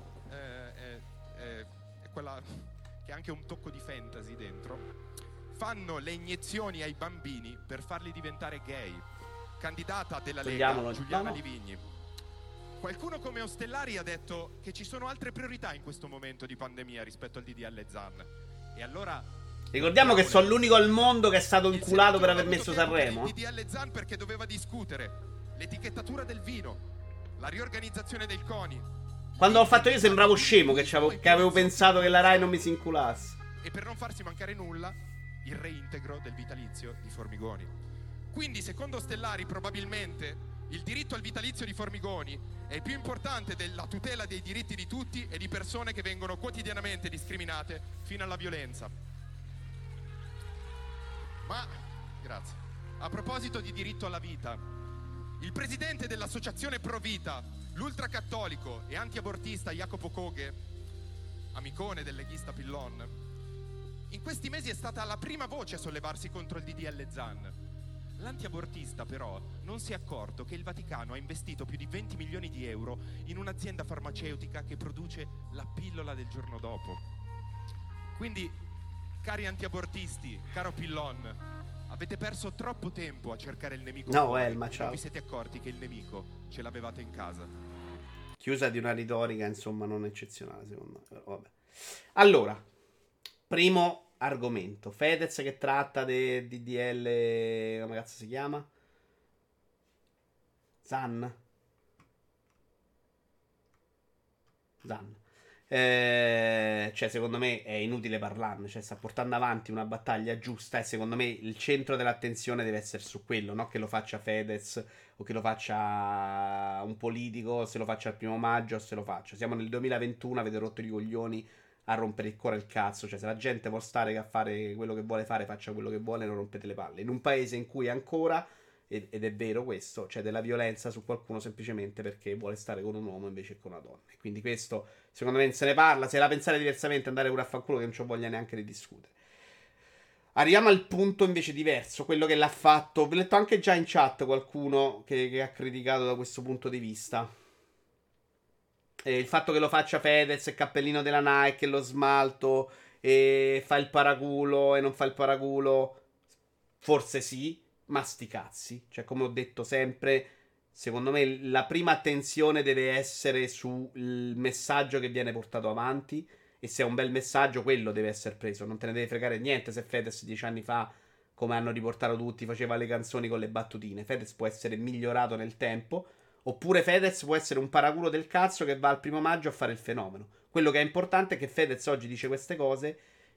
è quella che ha anche un tocco di fantasy dentro. Fanno le iniezioni ai bambini per farli diventare gay. Candidata della Lega, Giuliana Livigni. Qualcuno come Ostellari ha detto che ci sono altre priorità in questo momento di pandemia rispetto al DDL Zan. E allora... Ricordiamo che sono l'unico al mondo che è stato inculato per aver messo Sanremo. Il DDL Zan perché doveva discutere l'etichettatura del vino, la riorganizzazione del CONI. Quando l'ho fatto io sembravo scemo che avevo pensato che la Rai non mi si inculasse. E per non farsi mancare nulla, il reintegro del vitalizio di Formigoni. Quindi, secondo Ostellari, probabilmente il diritto al vitalizio di Formigoni è più importante della tutela dei diritti di tutti e di persone che vengono quotidianamente discriminate fino alla violenza. Ma, grazie. A proposito di diritto alla vita, il presidente dell'associazione Pro Vita, l'ultracattolico e antiabortista Jacopo Coghe, amicone del leghista Pillon, in questi mesi è stata la prima voce a sollevarsi contro il DDL Zan. L'antiabortista però non si è accorto che il Vaticano ha investito più di 20 milioni di euro in un'azienda farmaceutica che produce la pillola del giorno dopo. Quindi Cari antiabortisti, caro Pillon, avete perso troppo tempo a cercare il nemico. No, fuori, Elma, e ciao. non vi siete accorti che il nemico ce l'avevate in casa. Chiusa di una retorica, insomma, non eccezionale, secondo me. Però vabbè. Allora, primo argomento. Fedez che tratta del DDL... come cazzo si chiama? Zan. Cioè, secondo me è inutile parlarne. Cioè, sta portando avanti una battaglia giusta. E secondo me il centro dell'attenzione deve essere su quello. Non che lo faccia Fedez o che lo faccia un politico. Se lo faccia il 1° maggio o se lo faccia. Siamo nel 2021. Avete rotto i coglioni a rompere il cuore e il cazzo. Cioè, se la gente vuole stare a fare quello che vuole fare, faccia quello che vuole. Non rompete le palle. In un paese in cui ancora, ed è vero questo, c'è della violenza su qualcuno semplicemente perché vuole stare con un uomo invece che con una donna. E quindi questo, secondo me, se ne parla. Se la pensate diversamente, andare pure a fanculo, che non ci voglia neanche di discutere. Arriviamo al punto invece diverso, quello che l'ha fatto. Vi ho letto anche già in chat qualcuno che ha criticato da questo punto di vista. Il fatto che lo faccia Fedez, il cappellino della Nike, lo smalto, e fa il paraculo e non fa il paraculo. Forse sì, ma sti cazzi. Cioè, come ho detto sempre, secondo me la prima attenzione deve essere sul messaggio che viene portato avanti. E se è un bel messaggio, quello deve essere preso. Non te ne deve fregare niente se Fedez 10 anni fa, come hanno riportato tutti, faceva le canzoni con le battutine. Fedez può essere migliorato nel tempo. Oppure Fedez può essere un paraculo del cazzo che va al 1° maggio a fare il fenomeno. Quello che è importante è che Fedez oggi dice queste cose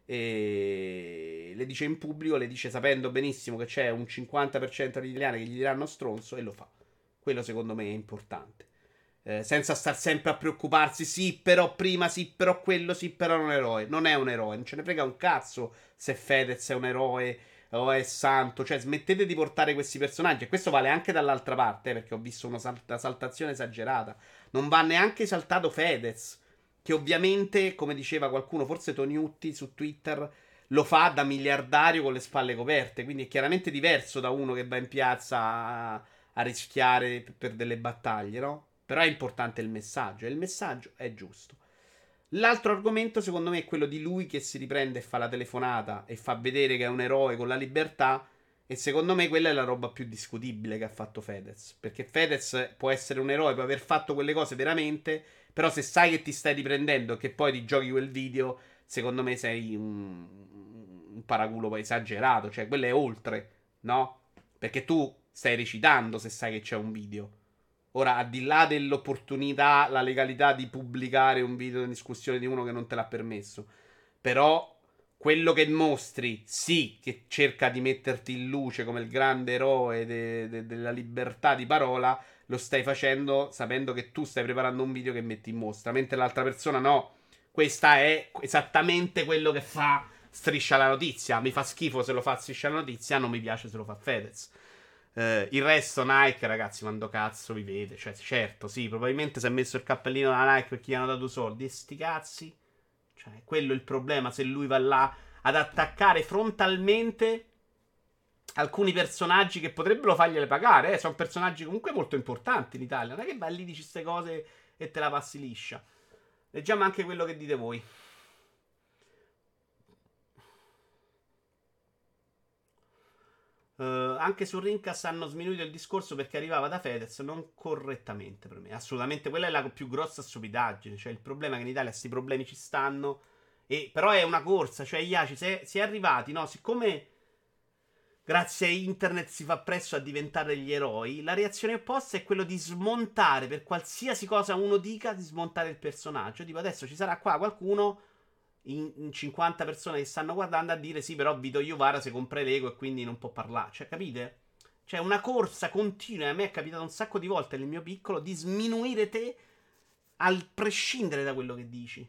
e le dice in pubblico, le dice sapendo benissimo che c'è un 50% degli italiani che gli diranno stronzo, e lo fa. Quello secondo me è importante. Senza star sempre a preoccuparsi, sì, però prima, sì, però quello, sì, però non è un eroe. Non è un eroe, non ce ne frega un cazzo se Fedez è un eroe o è santo. Cioè, smettete di portare questi personaggi. E questo vale anche dall'altra parte, perché ho visto una saltazione esagerata. Non va neanche esaltato Fedez, che ovviamente, come diceva qualcuno, forse Toniutti su Twitter, lo fa da miliardario con le spalle coperte. Quindi è chiaramente diverso da uno che va in piazza a rischiare per delle battaglie, no? Però è importante il messaggio, e il messaggio è giusto. L'altro argomento, secondo me, è quello di lui che si riprende e fa la telefonata e fa vedere che è un eroe con la libertà. E secondo me quella è la roba più discutibile che ha fatto Fedez. Perché Fedez può essere un eroe, può aver fatto quelle cose veramente, però se sai che ti stai riprendendo e che poi ti giochi quel video, secondo me sei un paraculo esagerato. Cioè, quello è oltre, no? Perché tu stai recitando se sai che c'è un video. Ora, al di là dell'opportunità, la legalità di pubblicare un video in discussione di uno che non te l'ha permesso, però quello che mostri, sì, che cerca di metterti in luce come il grande eroe della libertà di parola, lo stai facendo sapendo che tu stai preparando un video che metti in mostra, mentre l'altra persona no. Questa è esattamente quello che fa Striscia la Notizia. Mi fa schifo se lo fa Striscia la Notizia, non mi piace se lo fa Fedez. Il resto Nike, ragazzi, quando cazzo vi vede? Cioè, certo, sì, probabilmente si è messo il cappellino della Nike perché gli hanno dato soldi. E sti cazzi? Cioè, quello è il problema. Se lui va là ad attaccare frontalmente alcuni personaggi che potrebbero fargliele pagare, sono personaggi comunque molto importanti in Italia. Non è che vai lì, dici queste cose e te la passi liscia. Leggiamo anche quello che dite voi. Anche su Rincas hanno sminuito il discorso perché arrivava da Fedez, non correttamente per me. Assolutamente, quella è la più grossa stupidaggine. Cioè, il problema è che in Italia questi problemi ci stanno. Però è una corsa. Cioè, Iaci, si è arrivati, no? Siccome grazie a internet si fa presto a diventare gli eroi, la reazione opposta è quello di smontare per qualsiasi cosa uno dica, di smontare il personaggio. Tipo, adesso ci sarà qua qualcuno in 50 persone che stanno guardando a dire sì, però Vito Iuvara si compra l'ego e quindi non può parlare. Cioè, capite? Cioè, una corsa continua. A me è capitato un sacco di volte nel mio piccolo di sminuire te al prescindere da quello che dici.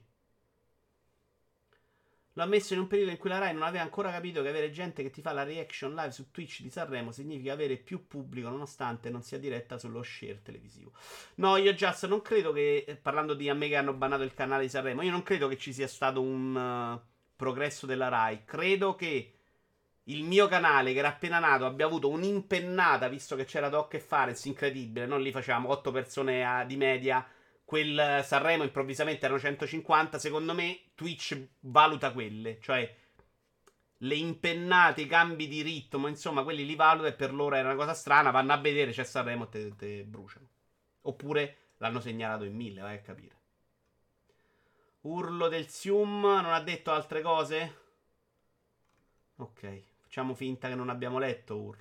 L'ho ammesso in un periodo in cui la Rai non aveva ancora capito che avere gente che ti fa la reaction live su Twitch di Sanremo significa avere più pubblico nonostante non sia diretta sullo share televisivo. No, io Just non credo che, parlando di a me che hanno bannato il canale di Sanremo, io non credo che ci sia stato un progresso della Rai. Credo che il mio canale, che era appena nato, abbia avuto un'impennata, visto che c'era Doc e Fares, incredibile. Non lì facevamo 8 persone di media. Quel Sanremo improvvisamente erano 150. Secondo me Twitch valuta quelle. Cioè, le impennate, i cambi di ritmo, insomma, quelli li valuta e per loro era una cosa strana. Vanno a vedere, c'è Sanremo e te bruciano. Oppure l'hanno segnalato in 1000, vai a capire. Urlo del Sium non ha detto altre cose? Ok, facciamo finta che non abbiamo letto Urlo.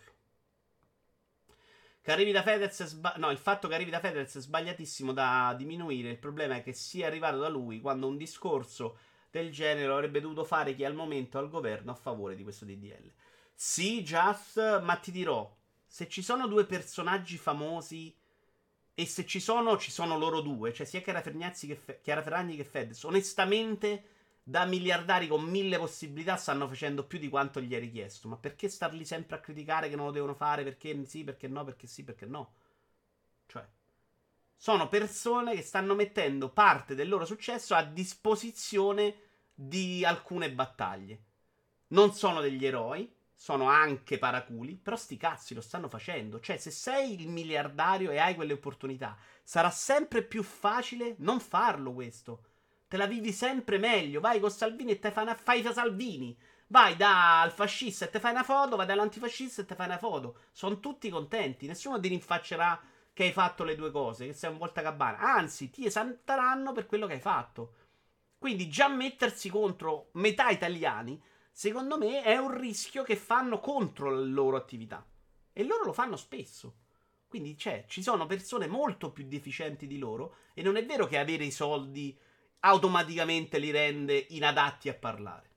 Che arrivi da Fedez no, il fatto che arrivi da Fedez è sbagliatissimo da diminuire. Il problema è che sia arrivato da lui quando un discorso del genere lo avrebbe dovuto fare chi è al momento al governo a favore di questo DDL. Sì, Just, ma ti dirò, se ci sono due personaggi famosi e se ci sono loro due, cioè sia Chiara Ferragni che Fedez, onestamente da miliardari con 1000 possibilità stanno facendo più di quanto gli è richiesto. Ma perché star lì sempre a criticare che non lo devono fare? Perché sì, perché no, perché sì, perché no? Cioè, sono persone che stanno mettendo parte del loro successo a disposizione di alcune battaglie. Non sono degli eroi, sono anche paraculi, però sti cazzi lo stanno facendo. Cioè, se sei il miliardario e hai quelle opportunità, sarà sempre più facile non farlo questo. Te la vivi sempre meglio. Vai con Salvini e te fai Salvini. Vai dal fascista e te fai una foto, vai dall'antifascista e te fai una foto. Sono tutti contenti, nessuno ti rinfaccerà che hai fatto le due cose, che sei un voltagabbana. Anzi, ti esalteranno per quello che hai fatto. Quindi già mettersi contro metà italiani, secondo me, è un rischio che fanno contro la loro attività. E loro lo fanno spesso. Quindi ci sono persone molto più deficienti di loro. E non è vero che avere i soldi automaticamente li rende inadatti a parlare.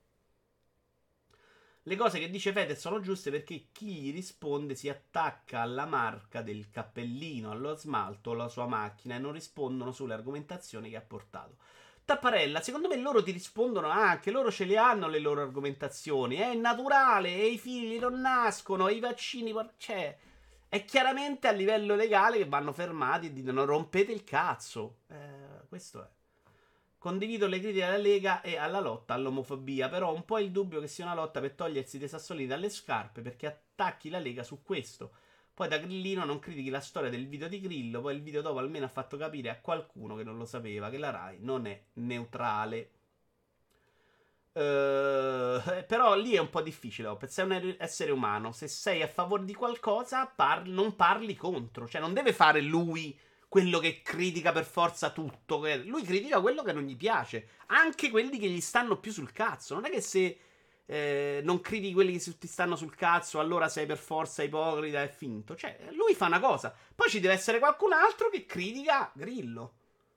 Le cose che dice Fedez sono giuste perché chi gli risponde si attacca alla marca del cappellino, allo smalto, alla sua macchina e non rispondono sulle argomentazioni che ha portato. Tapparella, secondo me loro ti rispondono anche, loro ce le hanno le loro argomentazioni, è naturale, e i figli non nascono, e i vaccini, cioè, è chiaramente a livello legale che vanno fermati e dicono rompete il cazzo, questo è. Condivido le critiche alla Lega e alla lotta all'omofobia, però ho un po' il dubbio che sia una lotta per togliersi dei sassolini dalle scarpe perché attacchi la Lega su questo. Poi da grillino non critichi la storia del video di Grillo, poi il video dopo almeno ha fatto capire a qualcuno che non lo sapeva che la Rai non è neutrale. Però lì è un po' difficile, Opez, sei un essere umano, se sei a favore di qualcosa non parli contro, cioè non deve fare lui quello che critica per forza tutto. Lui critica quello che non gli piace, anche quelli che gli stanno più sul cazzo. Non è che se non critichi quelli che ti stanno sul cazzo, allora sei per forza ipocrita e finto. Cioè, lui fa una cosa, poi ci deve essere qualcun altro che critica Grillo.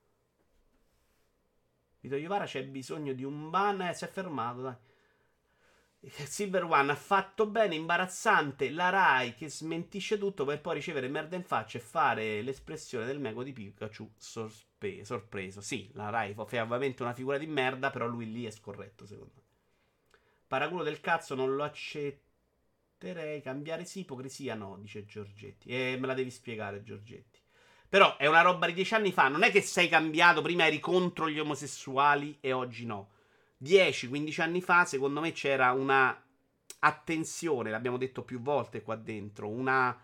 Vito Iovara c'è bisogno di un ban, si è fermato, dai. Silver One ha fatto bene, imbarazzante la Rai che smentisce tutto per poi ricevere merda in faccia e fare l'espressione del mego di Pikachu sorpreso. Sì, la Rai fa ovviamente una figura di merda, però lui lì è scorretto secondo me. Paraculo del cazzo non lo accetterei, cambiare sì, ipocrisia no, dice Giorgetti. E me la devi spiegare Giorgetti. Però è una roba di 10 anni fa, non è che sei cambiato, prima eri contro gli omosessuali e oggi no. 10-15 anni fa, secondo me, c'era una attenzione, l'abbiamo detto più volte qua dentro, una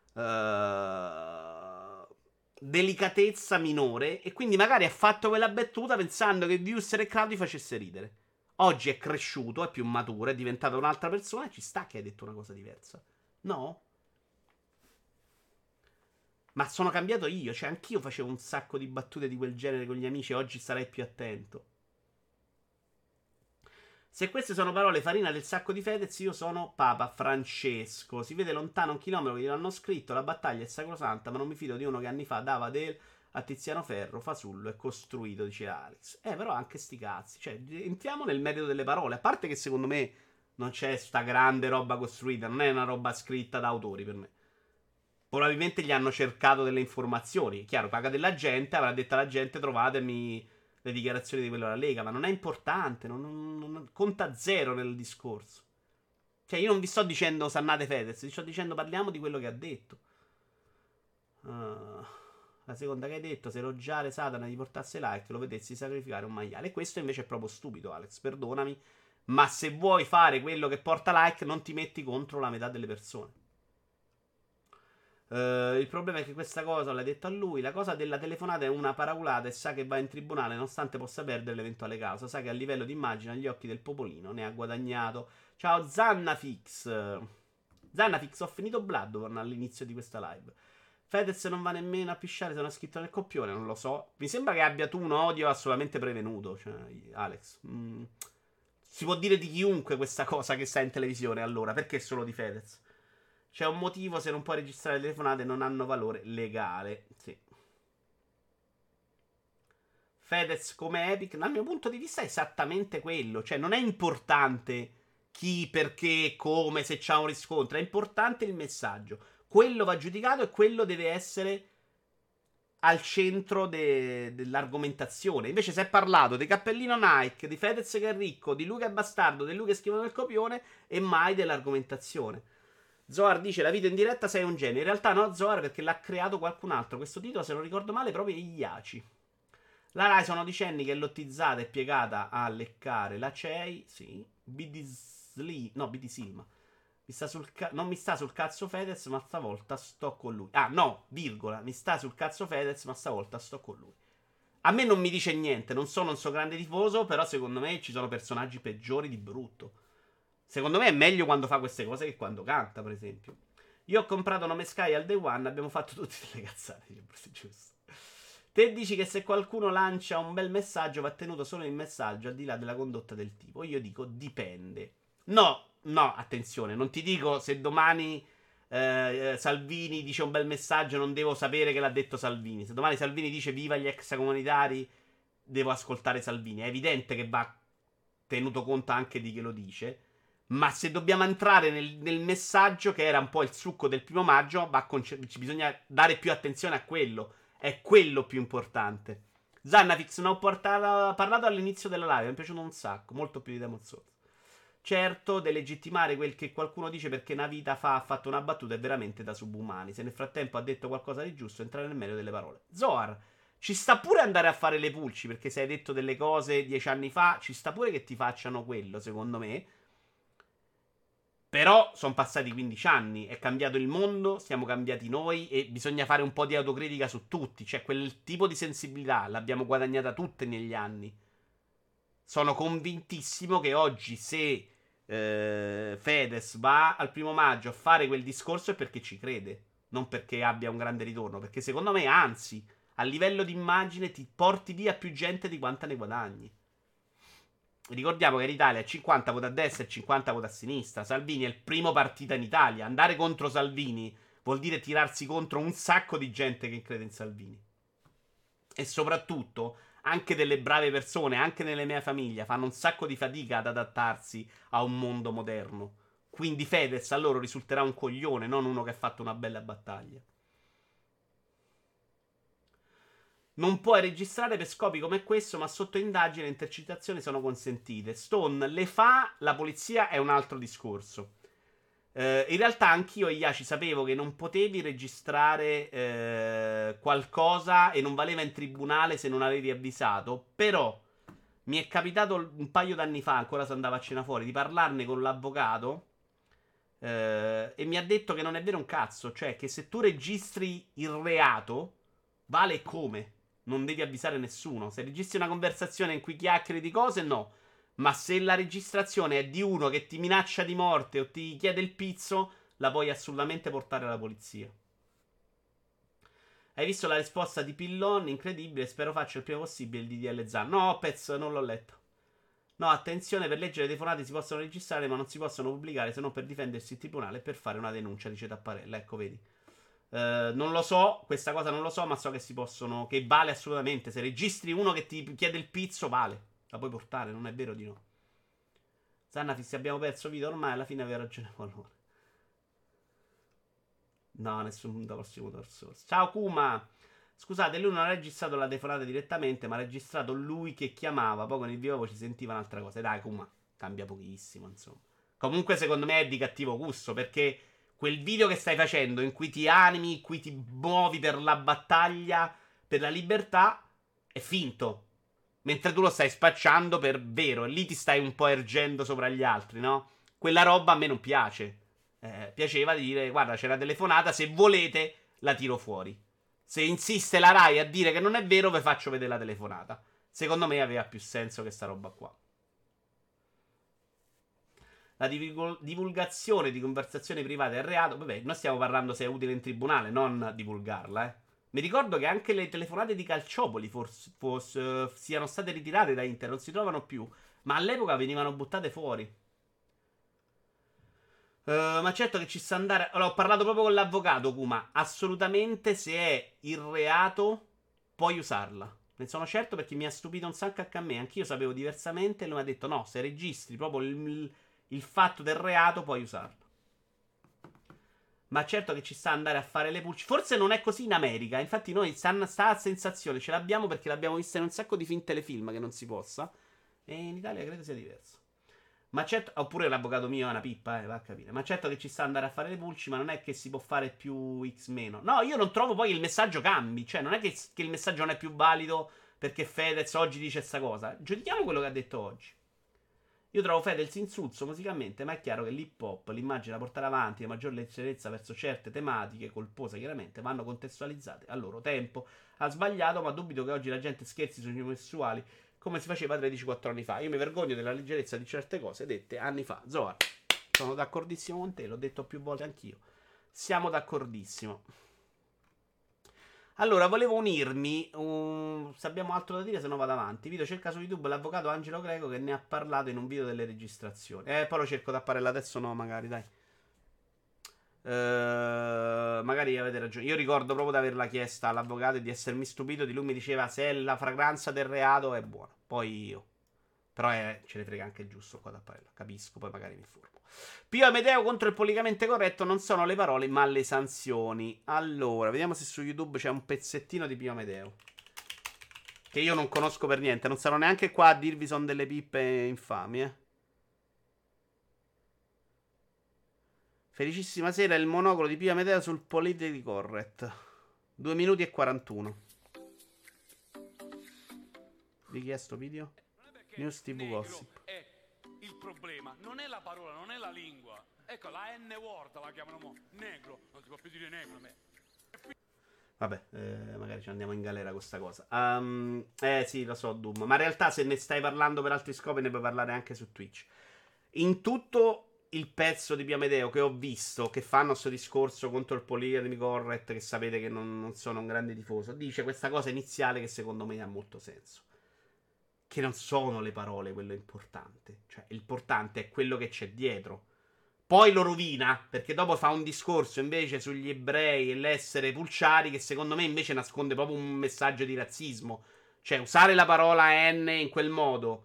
delicatezza minore, e quindi magari ha fatto quella battuta pensando che Viewster e Crowdy facesse ridere. Oggi è cresciuto, è più maturo, è diventato un'altra persona e ci sta che hai detto una cosa diversa. No? Ma sono cambiato io, cioè anch'io facevo un sacco di battute di quel genere con gli amici e oggi sarei più attento. Se queste sono parole farina del sacco di Fedez, io sono Papa Francesco. Si vede lontano un chilometro che gliel'hanno scritto. La battaglia è sacrosanta, ma non mi fido di uno che anni fa dava a Tiziano Ferro. Fasullo è costruito, dice Alex. Però anche sti cazzi. Cioè, entriamo nel merito delle parole. A parte che secondo me non c'è sta grande roba costruita. Non è una roba scritta da autori per me. Probabilmente gli hanno cercato delle informazioni. Chiaro, paga della gente, avrà detto alla gente trovatemi le dichiarazioni di quello della Lega, ma non è importante, non conta zero nel discorso. Cioè io non vi sto dicendo sannate Fedez, vi sto dicendo parliamo di quello che ha detto. La seconda che hai detto, se Roggiare Satana gli portasse like lo vedessi sacrificare un maiale. E questo invece è proprio stupido, Alex, perdonami, ma se vuoi fare quello che porta like non ti metti contro la metà delle persone. Il problema è che questa cosa l'ha detto a lui. La cosa della telefonata è una paraculata e sa che va in tribunale nonostante possa perdere l'eventuale causa. Sa che a livello di immagine agli occhi del popolino ne ha guadagnato. Ciao Zannafix. Zannafix, ho finito Bloodborne all'inizio di questa live. Fedez non va nemmeno a pisciare se non è scritto nel copione, non lo so. Mi sembra che abbia tu un odio assolutamente prevenuto, cioè, Alex. Si può dire di chiunque questa cosa che sta in televisione, allora, perché solo di Fedez? C'è un motivo se non puoi registrare le telefonate, non hanno valore legale. Sì. Fedez come Epic, dal mio punto di vista è esattamente quello. Cioè non è importante chi, perché, come, se c'ha un riscontro. È importante il messaggio. Quello va giudicato e quello deve essere al centro dell'argomentazione. Invece si è parlato di Cappellino Nike, di Fedez che è ricco, di lui che è bastardo, di lui che scrive nel copione e mai dell'argomentazione. Zohar dice la video in diretta sei un genio. In realtà no, Zohar, perché l'ha creato qualcun altro. Questo titolo, se non ricordo male, proprio Iaci. La Rai sono decenni che è lottizzata e piegata a leccare la CEI. Sì. BD Silma. Non mi sta sul cazzo Fedez, ma stavolta sto con lui. Ah, no, virgola. Mi sta sul cazzo Fedez, ma stavolta sto con lui. A me non mi dice niente. Non sono un suo grande tifoso, però secondo me ci sono personaggi peggiori di brutto. Secondo me è meglio quando fa queste cose che quando canta, per esempio. Io ho comprato Nome Sky al day one, abbiamo fatto tutte delle cazzate. Giusto. Te dici che se qualcuno lancia un bel messaggio va tenuto solo il messaggio, al di là della condotta del tipo. Io dico dipende. No, attenzione, non ti dico se domani Salvini dice un bel messaggio non devo sapere che l'ha detto Salvini. Se domani Salvini dice viva gli extracomunitari, devo ascoltare Salvini. È evidente che va tenuto conto anche di chi lo dice. Ma se dobbiamo entrare nel messaggio, che era un po' il succo del 1 maggio, bisogna dare più attenzione a quello. È quello più importante. Zannafix, ne ho parlato all'inizio della live, mi è piaciuto un sacco, molto più di Demon Souls. Certo, delegittimare quel che qualcuno dice perché una vita fa ha fatto una battuta è veramente da subumani. Se nel frattempo ha detto qualcosa di giusto, entrare nel merito delle parole. Zohar, ci sta pure andare a fare le pulci, perché se hai detto delle cose 10 anni fa, ci sta pure che ti facciano quello, secondo me. Però sono passati 15 anni, è cambiato il mondo, siamo cambiati noi e bisogna fare un po' di autocritica su tutti. Cioè quel tipo di sensibilità l'abbiamo guadagnata tutte negli anni. Sono convintissimo che oggi se Fedez va al 1 maggio a fare quel discorso è perché ci crede, non perché abbia un grande ritorno. Perché secondo me, anzi, a livello di immagine ti porti via più gente di quanta ne guadagni. Ricordiamo che in Italia 50 vota a destra e 50 vota a sinistra. Salvini è il primo partito in Italia. Andare contro Salvini vuol dire tirarsi contro un sacco di gente che crede in Salvini. E soprattutto anche delle brave persone, anche nelle mie famiglie, fanno un sacco di fatica ad adattarsi a un mondo moderno. Quindi Fedez a loro risulterà un coglione, non uno che ha fatto una bella battaglia. Non puoi registrare per scopi come questo, ma sotto indagine le intercettazioni sono consentite. Stone le fa, la polizia è un altro discorso. In realtà anch'io, Iaci, sapevo che non potevi registrare qualcosa e non valeva in tribunale se non avevi avvisato. Però mi è capitato un paio d'anni fa, ancora se andavo a cena fuori, di parlarne con l'avvocato e mi ha detto che non è vero un cazzo. Cioè che se tu registri il reato, vale come? Non devi avvisare nessuno. Se registri una conversazione in cui chiacchieri di cose, no. Ma se la registrazione è di uno che ti minaccia di morte o ti chiede il pizzo, la puoi assolutamente portare alla polizia. Hai visto la risposta di Pillon? Incredibile, spero faccia il prima possibile il DDL Zan. No, Opez, non l'ho letto. No, attenzione, per leggere le telefonate si possono registrare, ma non si possono pubblicare se non per difendersi in tribunale e per fare una denuncia, dice Tapparella. Ecco, vedi. Non lo so, questa cosa non lo so, ma so che si possono, che vale assolutamente. Se registri uno che ti chiede il pizzo, vale. La puoi portare, non è vero di no. Zannafis, abbiamo perso video ormai, alla fine aveva ragione Valore. No, nessun prossimo torso. Ciao Kuma. Scusate, lui non ha registrato la telefonata direttamente, ma ha registrato lui che chiamava. Poi con il vivo ci sentiva un'altra cosa. Dai, Kuma, cambia pochissimo, insomma. Comunque, secondo me è di cattivo gusto, perché quel video che stai facendo, in cui ti animi, in cui ti muovi per la battaglia, per la libertà, è finto. Mentre tu lo stai spacciando per vero. E lì ti stai un po' ergendo sopra gli altri, no? Quella roba a me non piace. piaceva dire: guarda, c'è una telefonata, se volete la tiro fuori. Se insiste la Rai a dire che non è vero, vi faccio vedere la telefonata. Secondo me aveva più senso che sta roba qua. La divulgazione di conversazioni private è reato. Vabbè, noi stiamo parlando se è utile in tribunale, non divulgarla, Mi ricordo che anche le telefonate di Calciopoli siano state ritirate da internet, non si trovano più. Ma all'epoca venivano buttate fuori. Ma certo che ci sta andare. Allora, ho parlato proprio con l'avvocato, Kuma. Assolutamente, se è il reato, puoi usarla. Ne sono certo perché mi ha stupito un sacco anche a me. Anch'io sapevo diversamente e lui mi ha detto: no, se registri proprio il fatto del reato, puoi usarlo. Ma certo che ci sta andare a fare le pulci. Forse non è così in America. Infatti, noi sta sensazione ce l'abbiamo perché l'abbiamo vista in un sacco di film telefilm che non si possa. E in Italia credo sia diverso. Ma certo, oppure l'avvocato mio è una pippa, va a capire. Ma certo che ci sta andare a fare le pulci, ma non è che si può fare più X meno. No, io non trovo poi che il messaggio cambi. Cioè, non è che il messaggio non è più valido perché Fedez oggi dice sta cosa. Giudichiamo quello che ha detto oggi. Io trovo Fedez insulso musicalmente, ma è chiaro che l'hip hop, l'immagine da portare avanti, la maggior leggerezza verso certe tematiche, colpose chiaramente, vanno contestualizzate al loro tempo. Ha sbagliato, ma dubito che oggi la gente scherzi sugli omosessuali come si faceva 13-4 anni fa. Io mi vergogno della leggerezza di certe cose dette anni fa. Zoar, sono d'accordissimo con te, l'ho detto più volte anch'io. Siamo d'accordissimo. Allora, volevo unirmi. Se abbiamo altro da dire, se no vado avanti. Video cerca su YouTube l'avvocato Angelo Greco che ne ha parlato in un video delle registrazioni. Poi lo cerco da apparella adesso, no, magari, dai. Magari avete ragione. Io ricordo proprio di averla chiesta all'avvocato e di essermi stupito. Di lui mi diceva se è la fragranza del reato è buona. Poi io. Però ce ne frega anche giusto qua da parella. Capisco, poi magari mi informo. Pio Amedeo contro il politicamente corretto non sono le parole ma le sanzioni. Allora, vediamo se su YouTube c'è un pezzettino di Pio Amedeo. Che io non conosco per niente. Non sarò neanche qua a dirvi sono delle pippe infami, Felicissima sera, il monocolo di Pio Amedeo sul politically correct. 2 minuti e 41. Di chi è sto video? News TV Gossip. È il problema, non è la parola, non è la lingua. Ecco, la N-word la chiamano negro. Non si può più dire negro a me. Vabbè, magari ci andiamo in galera con sta cosa. Sì, lo so, Doom. Ma in realtà se ne stai parlando per altri scopi ne puoi parlare anche su Twitch. In tutto il pezzo di Pio Amedeo che ho visto, che fanno questo discorso contro il politically correct, che sapete che non sono un grande tifoso, dice questa cosa iniziale che secondo me ha molto senso. Che non sono le parole quello importante. Cioè, l'importante è quello che c'è dietro. Poi lo rovina, perché dopo fa un discorso invece sugli ebrei e l'essere pulciari, che secondo me invece nasconde proprio un messaggio di razzismo. Cioè, usare la parola N in quel modo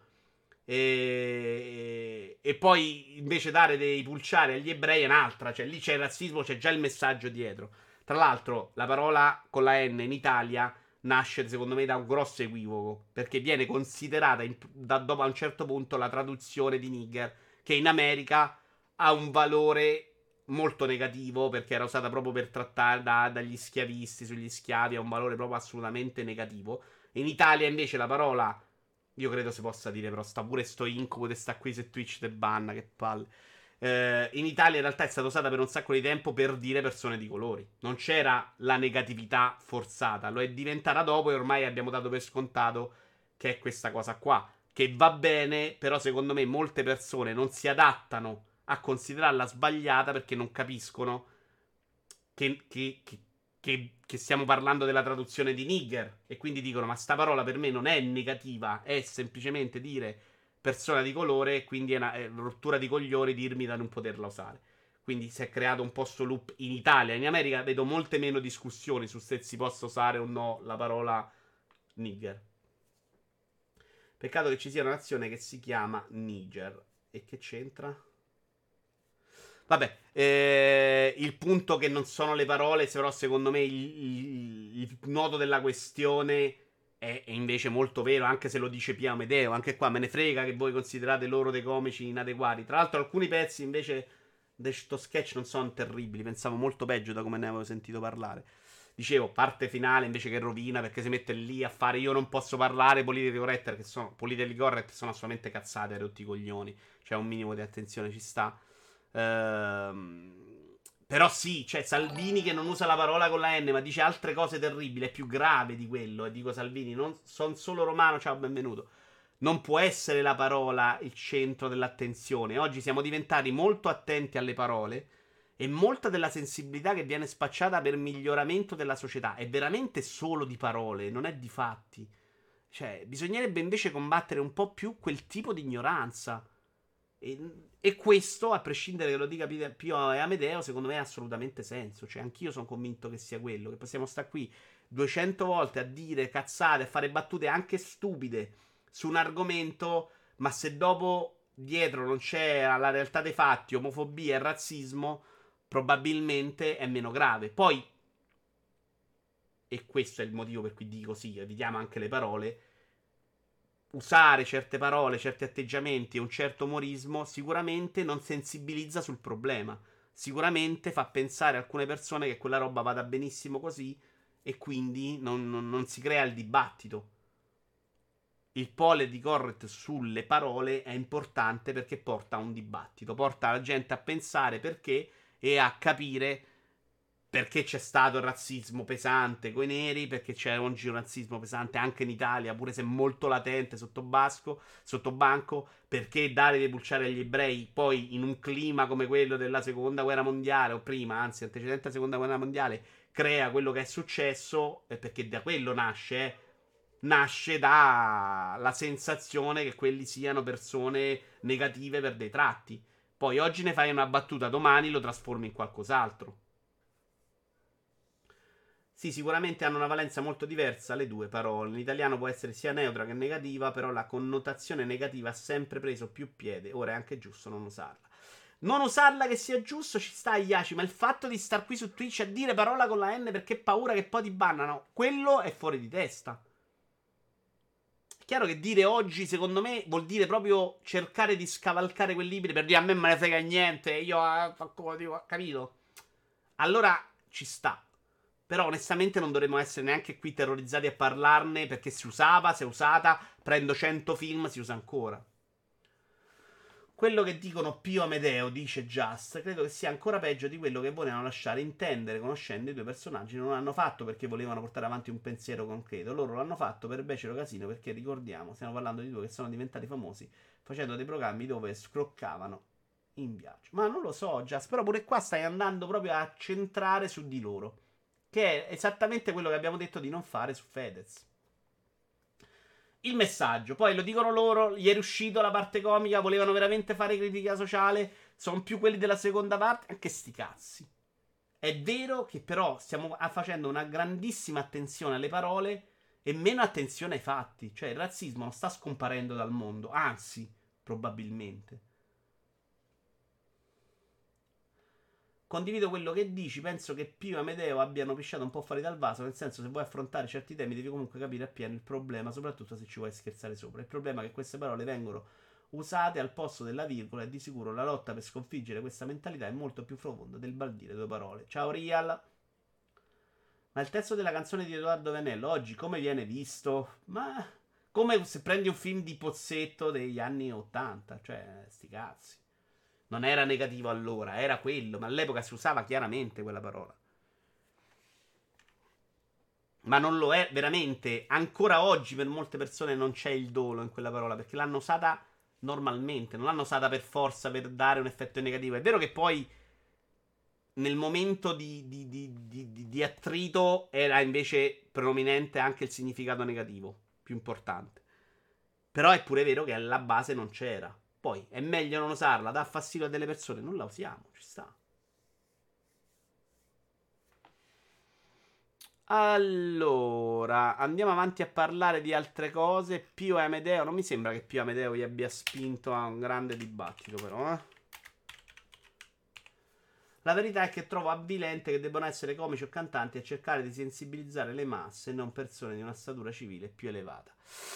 e poi invece dare dei pulciari agli ebrei è un'altra. Cioè, lì c'è il razzismo, c'è già il messaggio dietro. Tra l'altro, la parola con la N in Italia nasce secondo me da un grosso equivoco, perché viene considerata dopo a un certo punto la traduzione di nigger, che in America ha un valore molto negativo, perché era usata proprio per trattare dagli schiavisti sugli schiavi, ha un valore proprio assolutamente negativo. In Italia invece la parola, io credo si possa dire, però sta pure sto incubo che sta qui se Twitch te banna, che palle. In Italia in realtà è stata usata per un sacco di tempo per dire persone di colori. Non c'era la negatività forzata, lo è diventata dopo e ormai abbiamo dato per scontato che è questa cosa qua, che va bene, però secondo me molte persone non si adattano a considerarla sbagliata perché non capiscono che stiamo parlando della traduzione di nigger e quindi dicono ma sta parola per me non è negativa, è semplicemente dire persona di colore e quindi è una rottura di coglioni dirmi da non poterla usare. Quindi si è creato un po' sto loop in Italia. In America vedo molte meno discussioni su se si possa usare o no la parola nigger. Peccato che ci sia una nazione che si chiama Niger. E che c'entra? Vabbè, il punto che non sono le parole, però secondo me il nodo della questione è invece molto vero, anche se lo dice Pio Amedeo. Anche qua me ne frega che voi considerate loro dei comici inadeguati. Tra l'altro alcuni pezzi invece di sto sketch non sono terribili, pensavo molto peggio da come ne avevo sentito parlare. Dicevo, parte finale invece che rovina, perché si mette lì a fare io non posso parlare politically correct, sono assolutamente cazzate a rotti i coglioni. Cioè un minimo di attenzione ci sta. Però sì, cioè Salvini che non usa la parola con la N ma dice altre cose terribili, è più grave di quello. E dico Salvini, non sono solo romano, ciao, benvenuto. Non può essere la parola il centro dell'attenzione. Oggi siamo diventati molto attenti alle parole e molta della sensibilità che viene spacciata per miglioramento della società è veramente solo di parole, non è di fatti. Cioè, bisognerebbe invece combattere un po' più quel tipo di ignoranza. E questo, a prescindere che lo dica Pio e Amedeo, secondo me ha assolutamente senso. Cioè, anch'io sono convinto che sia quello. Che possiamo stare qui 200 volte a dire cazzate, a fare battute anche stupide su un argomento, ma se dopo dietro non c'è la realtà dei fatti, omofobia e razzismo, probabilmente è meno grave. Poi, e questo è il motivo per cui dico sì, evitiamo anche le parole. Usare certe parole, certi atteggiamenti e un certo umorismo sicuramente non sensibilizza sul problema. Sicuramente fa pensare a alcune persone che quella roba vada benissimo così e quindi non si crea il dibattito. Il politically correct sulle parole è importante perché porta a un dibattito, porta la gente a pensare perché e a capire perché c'è stato il razzismo pesante coi neri, perché c'è oggi un razzismo pesante anche in Italia, pure se molto latente sotto banco, perché dare dei pulciare agli ebrei poi in un clima come quello della seconda guerra mondiale, o prima, anzi antecedente alla seconda guerra mondiale, crea quello che è successo, perché da quello nasce dalla sensazione che quelli siano persone negative per dei tratti. Poi oggi ne fai una battuta, domani lo trasformi in qualcos'altro. Sì, sicuramente hanno una valenza molto diversa le due parole. In italiano può essere sia neutra che negativa, però la connotazione negativa ha sempre preso più piede. Ora è anche giusto non usarla. Non usarla che sia giusto ci sta Iaci, ma il fatto di star qui su Twitch a dire parola con la N perché paura che poi ti bannano, quello è fuori di testa. È chiaro che dire oggi, secondo me, vuol dire proprio cercare di scavalcare quel limite per dire a me me ne frega niente, io capito? Allora ci sta. Però onestamente non dovremmo essere neanche qui terrorizzati a parlarne perché si usava, si è usata, prendo 100 film, si usa ancora. Quello che dicono Pio Amedeo, dice Just, credo che sia ancora peggio di quello che volevano lasciare intendere conoscendo i due personaggi. Non l'hanno fatto perché volevano portare avanti un pensiero concreto, loro l'hanno fatto per becero casino perché ricordiamo, stiamo parlando di due che sono diventati famosi facendo dei programmi dove scroccavano in viaggio. Ma non lo so Just, però pure qua stai andando proprio a centrare su di loro. Che è esattamente quello che abbiamo detto di non fare su Fedez. Il messaggio, poi lo dicono loro, gli è riuscito la parte comica, volevano veramente fare critica sociale, sono più quelli della seconda parte, anche sti cazzi. È vero che però stiamo facendo una grandissima attenzione alle parole e meno attenzione ai fatti. Cioè il razzismo non sta scomparendo dal mondo, anzi, probabilmente. Condivido quello che dici, penso che Pio e Amedeo abbiano pisciato un po' fuori dal vaso, nel senso se vuoi affrontare certi temi devi comunque capire appieno il problema, soprattutto se ci vuoi scherzare sopra. Il problema è che queste parole vengono usate al posto della virgola e di sicuro la lotta per sconfiggere questa mentalità è molto più profonda del bandire due parole. Ciao Real! Ma il testo della canzone di Edoardo Venello oggi come viene visto? Ma come se prendi un film di Pozzetto degli anni 80, cioè sti cazzi. Non era negativo allora, era quello, ma all'epoca si usava chiaramente quella parola. Ma non lo è veramente. Ancora oggi per molte persone non c'è il dolo in quella parola, perché l'hanno usata normalmente, non l'hanno usata per forza per dare un effetto negativo. È vero che poi nel momento di attrito era invece predominante anche il significato negativo, più importante. Però è pure vero che alla base non c'era. Poi è meglio non usarla, dà fastidio a delle persone, non la usiamo, ci sta. Allora, andiamo avanti a parlare di altre cose. Pio e Amedeo, non mi sembra che Pio e Amedeo vi abbia spinto a un grande dibattito però, La verità è che trovo avvilente che debbano essere comici o cantanti a cercare di sensibilizzare le masse e non persone di una statura civile più elevata.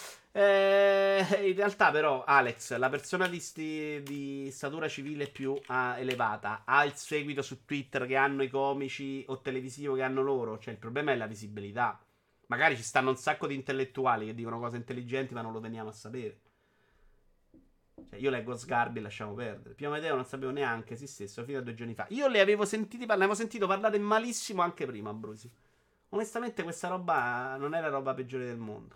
In realtà però Alex, la persona di statura civile più elevata ha il seguito su Twitter che hanno i comici o televisivo che hanno loro. Cioè il problema è la visibilità. Magari ci stanno un sacco di intellettuali che dicono cose intelligenti ma non lo veniamo a sapere. Cioè, io leggo Sgarbi e lasciamo perdere. Pio Amedeo non sapevo neanche se stesso fino a 2 giorni fa. Io le avevo sentiti parlare, ne avevo sentito parlare malissimo anche prima, Brusi. Onestamente questa roba non è la roba peggiore del mondo.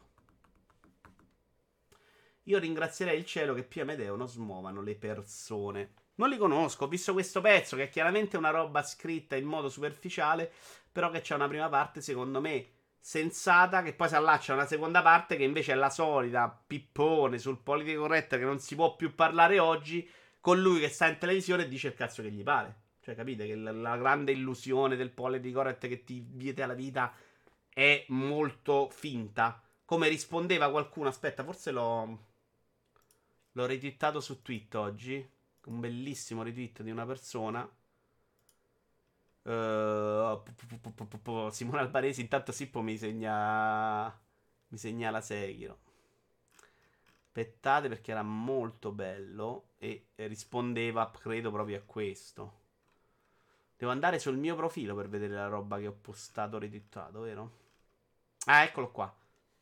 Io ringrazierei il cielo che Pio Amedeo non smuovano le persone. Non li conosco, ho visto questo pezzo che è chiaramente una roba scritta in modo superficiale, però che c'è una prima parte secondo me sensata, che poi si allaccia a una seconda parte che invece è la solita pippone sul politico corretto che non si può più parlare oggi, con lui che sta in televisione e dice il cazzo che gli pare. Cioè, capite che la grande illusione del politico corretto che ti vieta la vita è molto finta. Come rispondeva qualcuno, aspetta, forse l'ho retweetato su Twitter oggi, un bellissimo retweet di una persona. Simone Albanesi. Intanto Sippo mi segnala Sekiro. Aspettate, perché era molto bello e rispondeva, credo, proprio a questo. Devo andare sul mio profilo per vedere la roba che ho postato, retweetato, vero? Ah, eccolo qua.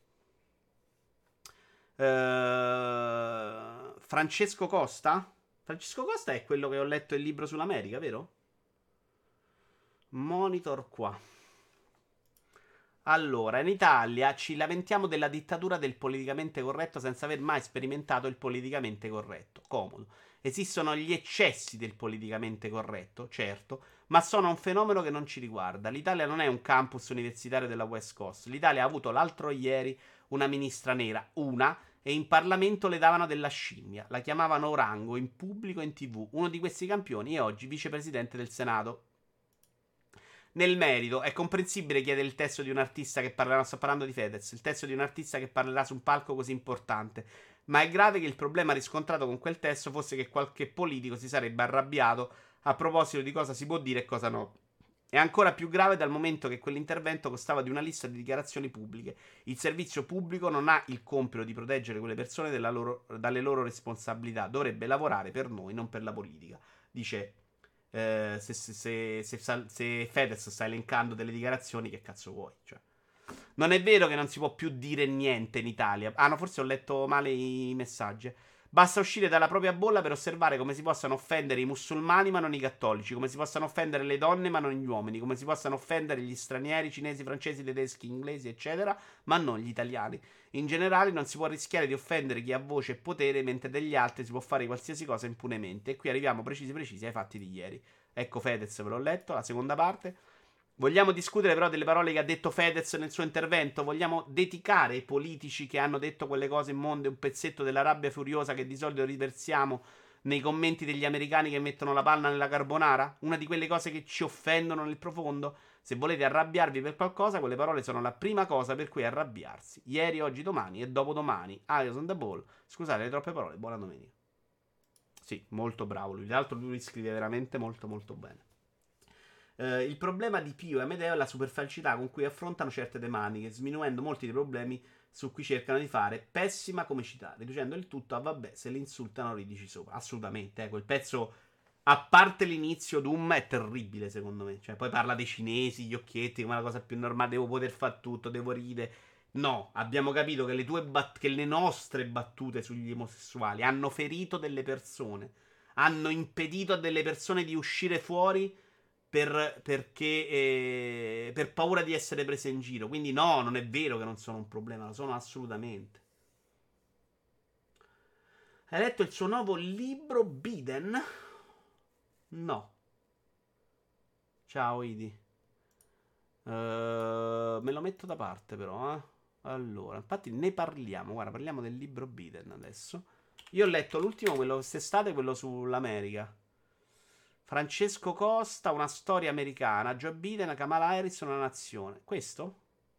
Francesco Costa? Francesco Costa è quello che ho letto il libro sull'America, vero? Monitor qua. Allora, in Italia ci lamentiamo della dittatura del politicamente corretto senza aver mai sperimentato il politicamente corretto. Comodo. Esistono gli eccessi del politicamente corretto, certo, ma sono un fenomeno che non ci riguarda. L'Italia non è un campus universitario della West Coast. L'Italia ha avuto l'altro ieri una ministra nera, e in Parlamento le davano della scimmia. La chiamavano Orango in pubblico e in TV. Uno di questi campioni è oggi vicepresidente del Senato. Nel merito, è comprensibile chiedere il testo di un artista che parlerà, sto parlando di Fedez, il testo di un artista che parlerà su un palco così importante, ma è grave che il problema riscontrato con quel testo fosse che qualche politico si sarebbe arrabbiato a proposito di cosa si può dire e cosa no. È ancora più grave dal momento che quell'intervento costava di una lista di dichiarazioni pubbliche. Il servizio pubblico non ha il compito di proteggere quelle persone dalle loro responsabilità, dovrebbe lavorare per noi, non per la politica. Dice... se Fedez sta elencando delle dichiarazioni, che cazzo vuoi? Cioè, non è vero che non si può più dire niente in Italia. Ah no, forse ho letto male i messaggi. Basta uscire dalla propria bolla per osservare come si possano offendere i musulmani ma non i cattolici, come si possano offendere le donne ma non gli uomini, come si possano offendere gli stranieri, cinesi, francesi, tedeschi, inglesi, eccetera, ma non gli italiani. In generale non si può rischiare di offendere chi ha voce e potere, mentre degli altri si può fare qualsiasi cosa impunemente. E qui arriviamo precisi ai fatti di ieri. Ecco Fedez, ve l'ho letto, la seconda parte. Vogliamo discutere però delle parole che ha detto Fedez nel suo intervento? Vogliamo dedicare ai politici che hanno detto quelle cose immonde un pezzetto della rabbia furiosa che di solito riversiamo nei commenti degli americani che mettono la panna nella carbonara? Una di quelle cose che ci offendono nel profondo? Se volete arrabbiarvi per qualcosa, quelle parole sono la prima cosa per cui arrabbiarsi. Ieri, oggi, domani e dopodomani. Eyes on the ball. Scusate le troppe parole, buona domenica. Sì, molto bravo lui. Tra l'altro lui scrive veramente molto molto bene. Il problema di Pio e Amedeo è la superficialità con cui affrontano certe tematiche, sminuendo molti dei problemi su cui cercano di fare pessima comicità, riducendo il tutto a vabbè, se li insultano ridici sopra. Assolutamente, quel pezzo, a parte l'inizio, Doom è terribile secondo me. Cioè, poi parla dei cinesi, gli occhietti, come la cosa più normale, devo poter fare tutto, devo ridere. No, abbiamo capito che che le nostre battute sugli omosessuali hanno ferito delle persone, hanno impedito a delle persone di uscire fuori per paura di essere prese in giro. Quindi no, non è vero che non sono un problema, lo sono assolutamente. Hai letto il suo nuovo libro Biden? No. Ciao Idi. Me lo metto da parte però, Allora, infatti ne parliamo. Guarda, parliamo del libro Biden adesso. Io ho letto l'ultimo, quello quest'estate, quello sull'America. Francesco Costa, una storia americana. Joe Biden, Kamala Harris, una nazione. Questo?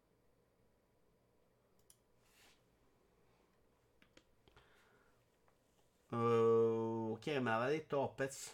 Chi è che me l'aveva detto? Opez?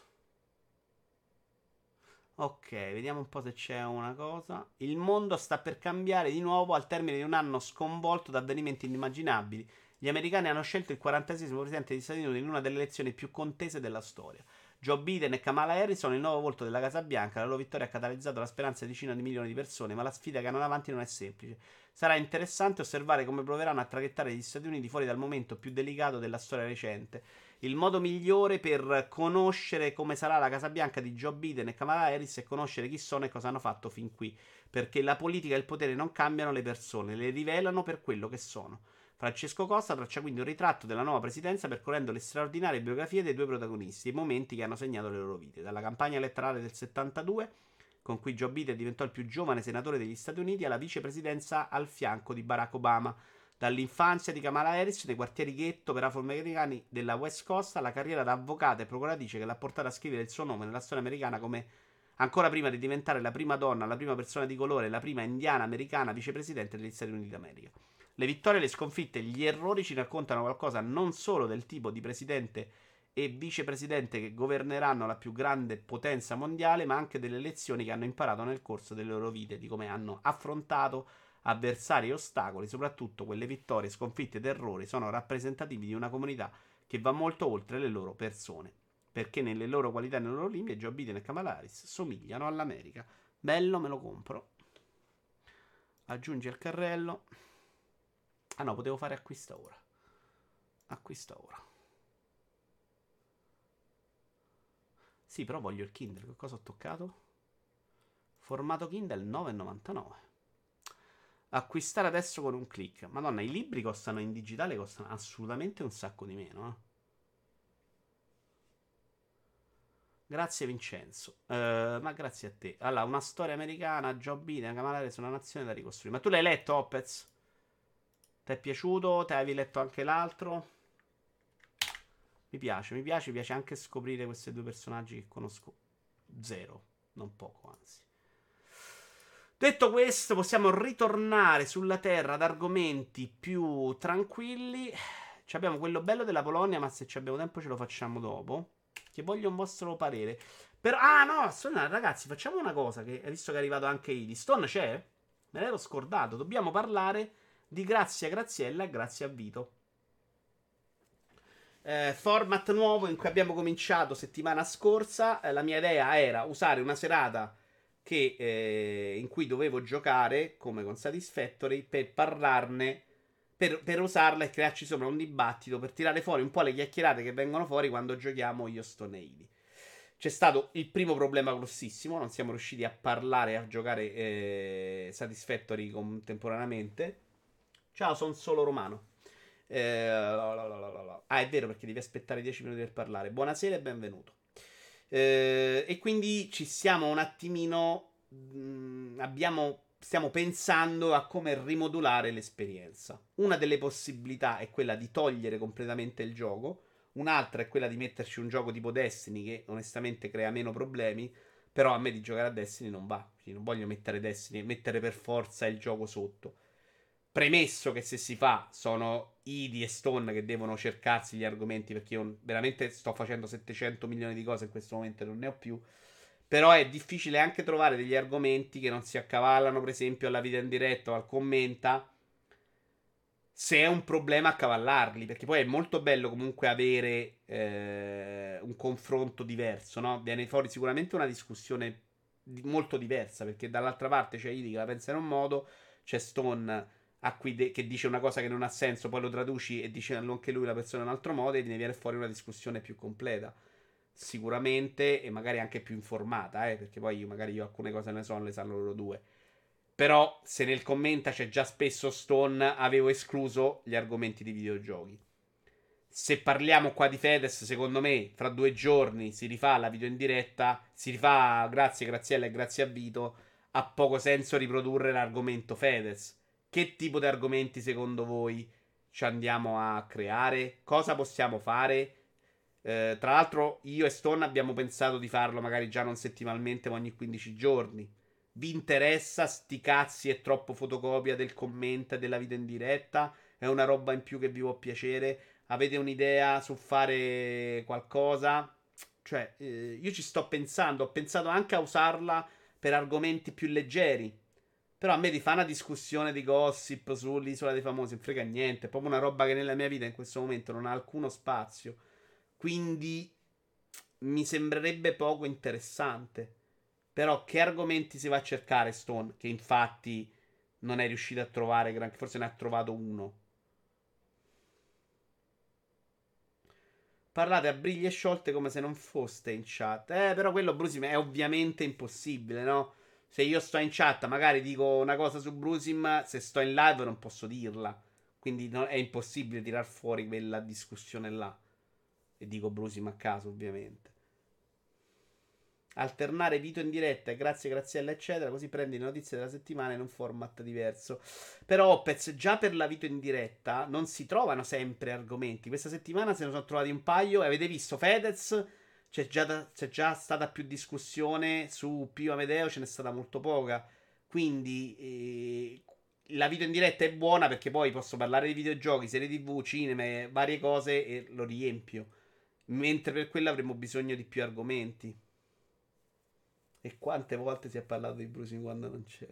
Ok, vediamo un po' se c'è una cosa. Il mondo sta per cambiare di nuovo al termine di un anno sconvolto da avvenimenti inimmaginabili. Gli americani hanno scelto il 46esimo presidente degli Stati Uniti in una delle elezioni più contese della storia. Joe Biden e Kamala Harris sono il nuovo volto della Casa Bianca. La loro vittoria ha catalizzato la speranza di decine di milioni di persone, ma la sfida che hanno davanti non è semplice. Sarà interessante osservare come proveranno a traghettare gli Stati Uniti fuori dal momento più delicato della storia recente. Il modo migliore per conoscere come sarà la Casa Bianca di Joe Biden e Kamala Harris è conoscere chi sono e cosa hanno fatto fin qui, perché la politica e il potere non cambiano le persone, le rivelano per quello che sono. Francesco Costa traccia quindi un ritratto della nuova presidenza percorrendo le straordinarie biografie dei due protagonisti e i momenti che hanno segnato le loro vite. Dalla campagna elettorale del 72, con cui Joe Biden diventò il più giovane senatore degli Stati Uniti, alla vicepresidenza al fianco di Barack Obama. Dall'infanzia di Kamala Harris nei quartieri ghetto per afroamericani della West Coast alla carriera da avvocata e procuratrice che l'ha portata a scrivere il suo nome nella storia americana come ancora prima di diventare la prima donna, la prima persona di colore, la prima indiana americana vicepresidente degli Stati Uniti d'America. Le vittorie, le sconfitte e gli errori ci raccontano qualcosa non solo del tipo di presidente e vicepresidente che governeranno la più grande potenza mondiale, ma anche delle lezioni che hanno imparato nel corso delle loro vite, di come hanno affrontato avversari e ostacoli, soprattutto quelle vittorie, sconfitte ed errori sono rappresentativi di una comunità che va molto oltre le loro persone, perché nelle loro qualità e nelle loro limiti Joe Biden e Kamala Harris somigliano all'America. Bello, me lo compro. Aggiungi al carrello. Ah no, potevo fare acquista ora. Acquista ora. Sì, però voglio il Kindle. Che cosa ho toccato? Formato Kindle 9,99. Acquistare adesso con un click. Madonna, i libri costano in digitale, costano assolutamente un sacco di meno, Grazie Vincenzo. Ma grazie a te. Allora, una storia americana, Joe Biden, Kamala Harris, una nazione da ricostruire. Ma tu l'hai letto, Opez? Ti è piaciuto? Te avevi letto anche l'altro? Mi piace anche scoprire questi due personaggi che conosco zero, non poco, anzi. Detto questo, possiamo ritornare sulla terra ad argomenti più tranquilli. Abbiamo quello bello della Polonia, ma se abbiamo tempo ce lo facciamo dopo. Che voglio un vostro parere. Però, no, ragazzi, facciamo una cosa, che visto che è arrivato anche Idi. Stone c'è? Me l'ero scordato. Dobbiamo parlare di Grazie a Graziella e Grazie a Vito. Format nuovo in cui abbiamo cominciato settimana scorsa. La mia idea era usare una serata in cui dovevo giocare come con Satisfactory per parlarne, per usarla e crearci sopra un dibattito, per tirare fuori un po' le chiacchierate che vengono fuori quando giochiamo io Stone Idi. C'è stato il primo problema grossissimo, non siamo riusciti a parlare e a giocare Satisfactory contemporaneamente. Ciao, sono solo romano. È vero, perché devi aspettare 10 minuti per parlare. Buonasera e benvenuto. E quindi ci siamo un attimino. Stiamo pensando a come rimodulare l'esperienza. Una delle possibilità è quella di togliere completamente il gioco. Un'altra è quella di metterci un gioco tipo Destiny, che onestamente crea meno problemi. Però a me di giocare a Destiny non va. Quindi non voglio mettere Destiny, mettere per forza il gioco sotto. Premesso che se si fa sono Idi e Stone che devono cercarsi gli argomenti, perché io veramente sto facendo 700 milioni di cose in questo momento e non ne ho più. Però è difficile anche trovare degli argomenti che non si accavallano, per esempio, alla video in diretta o al commenta, se è un problema accavallarli, perché poi è molto bello comunque avere un confronto diverso, no? Viene fuori sicuramente una discussione molto diversa, perché dall'altra parte c'è Idi che la pensa in un modo, c'è Stone che dice una cosa che non ha senso, poi lo traduci e dice anche lui la persona in un altro modo e ne viene fuori una discussione più completa. Sicuramente, e magari anche più informata, perché poi magari io alcune cose ne so, le sanno loro due. Però se nel commenta c'è già spesso Stone, avevo escluso gli argomenti di videogiochi. Se parliamo qua di Fedez, secondo me fra 2 giorni si rifà la video in diretta, si rifà Grazie Graziella e Grazie a Vito, ha poco senso riprodurre l'argomento Fedez. Che tipo di argomenti secondo voi ci andiamo a creare? Cosa possiamo fare? Tra l'altro io e Stone abbiamo pensato di farlo magari già non settimanalmente ma ogni 15 giorni. Vi interessa? Sti cazzi, è troppo fotocopia del commento e della video in diretta? È una roba in più che vi può piacere? Avete un'idea su fare qualcosa? Cioè, io ci sto pensando. Ho pensato anche a usarla per argomenti più leggeri. Però a me di fare una discussione di gossip sull'Isola dei Famosi non frega niente. È proprio una roba che nella mia vita in questo momento non ha alcuno spazio. Quindi mi sembrerebbe poco interessante. Però che argomenti si va a cercare Stone? Che infatti non è riuscito a trovare granché, forse ne ha trovato uno. Parlate a briglie sciolte come se non foste in chat. Però quello, Brusim, è ovviamente impossibile, no? Se io sto in chat, magari dico una cosa su Brusim, se sto in live non posso dirla. Quindi è impossibile tirar fuori quella discussione là. E dico Brusim a caso, ovviamente. Alternare video in diretta e grazie Graziella eccetera, così prendi le notizie della settimana in un format diverso. Però Opez, già per la video in diretta non si trovano sempre argomenti. Questa settimana se ne sono trovati un paio e avete visto Fedez, c'è già stata più discussione su Pio Amedeo, ce n'è stata molto poca. Quindi la video in diretta è buona perché poi posso parlare di videogiochi, serie TV, cinema, varie cose e lo riempio. Mentre per quello avremo bisogno di più argomenti. E quante volte si è parlato di Bruce quando non c'era?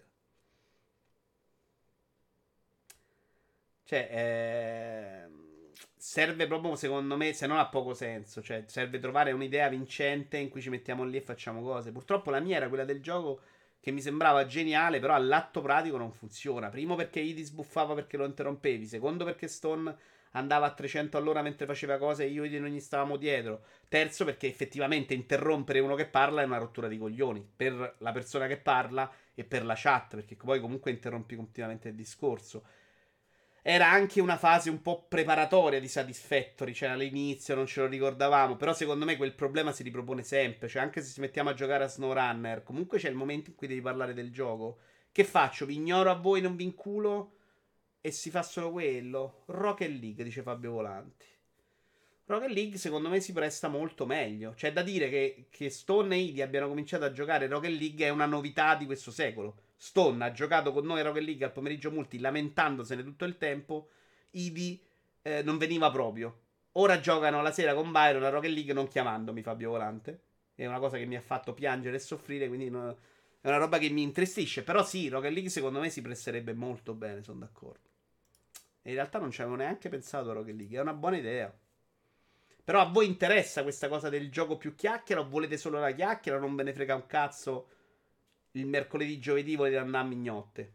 Cioè, serve proprio, secondo me, se non ha poco senso. Cioè, serve trovare un'idea vincente in cui ci mettiamo lì e facciamo cose. Purtroppo la mia era quella del gioco che mi sembrava geniale, però all'atto pratico non funziona. Primo perché Idi sbuffava perché lo interrompevi. Secondo perché Stone andava a 300 all'ora mentre faceva cose e io e Idi non gli stavamo dietro. Terzo perché effettivamente interrompere uno che parla è una rottura di coglioni per la persona che parla e per la chat, perché poi comunque interrompi continuamente il discorso. Era anche una fase un po' preparatoria di Satisfactory, cioè all'inizio non ce lo ricordavamo, però secondo me quel problema si ripropone sempre, cioè anche se ci mettiamo a giocare a SnowRunner, comunque c'è il momento in cui devi parlare del gioco. Che faccio? Vi ignoro a voi, non vi inculo? E si fa solo quello? Rocket League, dice Fabio Volanti. Rocket League secondo me si presta molto meglio. C'è da dire che Stone e Idi abbiano cominciato a giocare Rocket League è una novità di questo secolo. Stone ha giocato con noi Rocket League al pomeriggio multi lamentandosene tutto il tempo. Idi non veniva proprio. Ora giocano la sera con Byron a Rocket League non chiamandomi Fabio Volante. È una cosa che mi ha fatto piangere e soffrire, quindi è una roba che mi intristisce. Però sì, Rocket League secondo me si presterebbe molto bene, sono d'accordo. E in realtà non ci avevo neanche pensato a Rocket League, è una buona idea. Però a voi interessa questa cosa del gioco più chiacchiera o volete solo la chiacchiera o non ve ne frega un cazzo il mercoledì, giovedì volete andare a mignotte?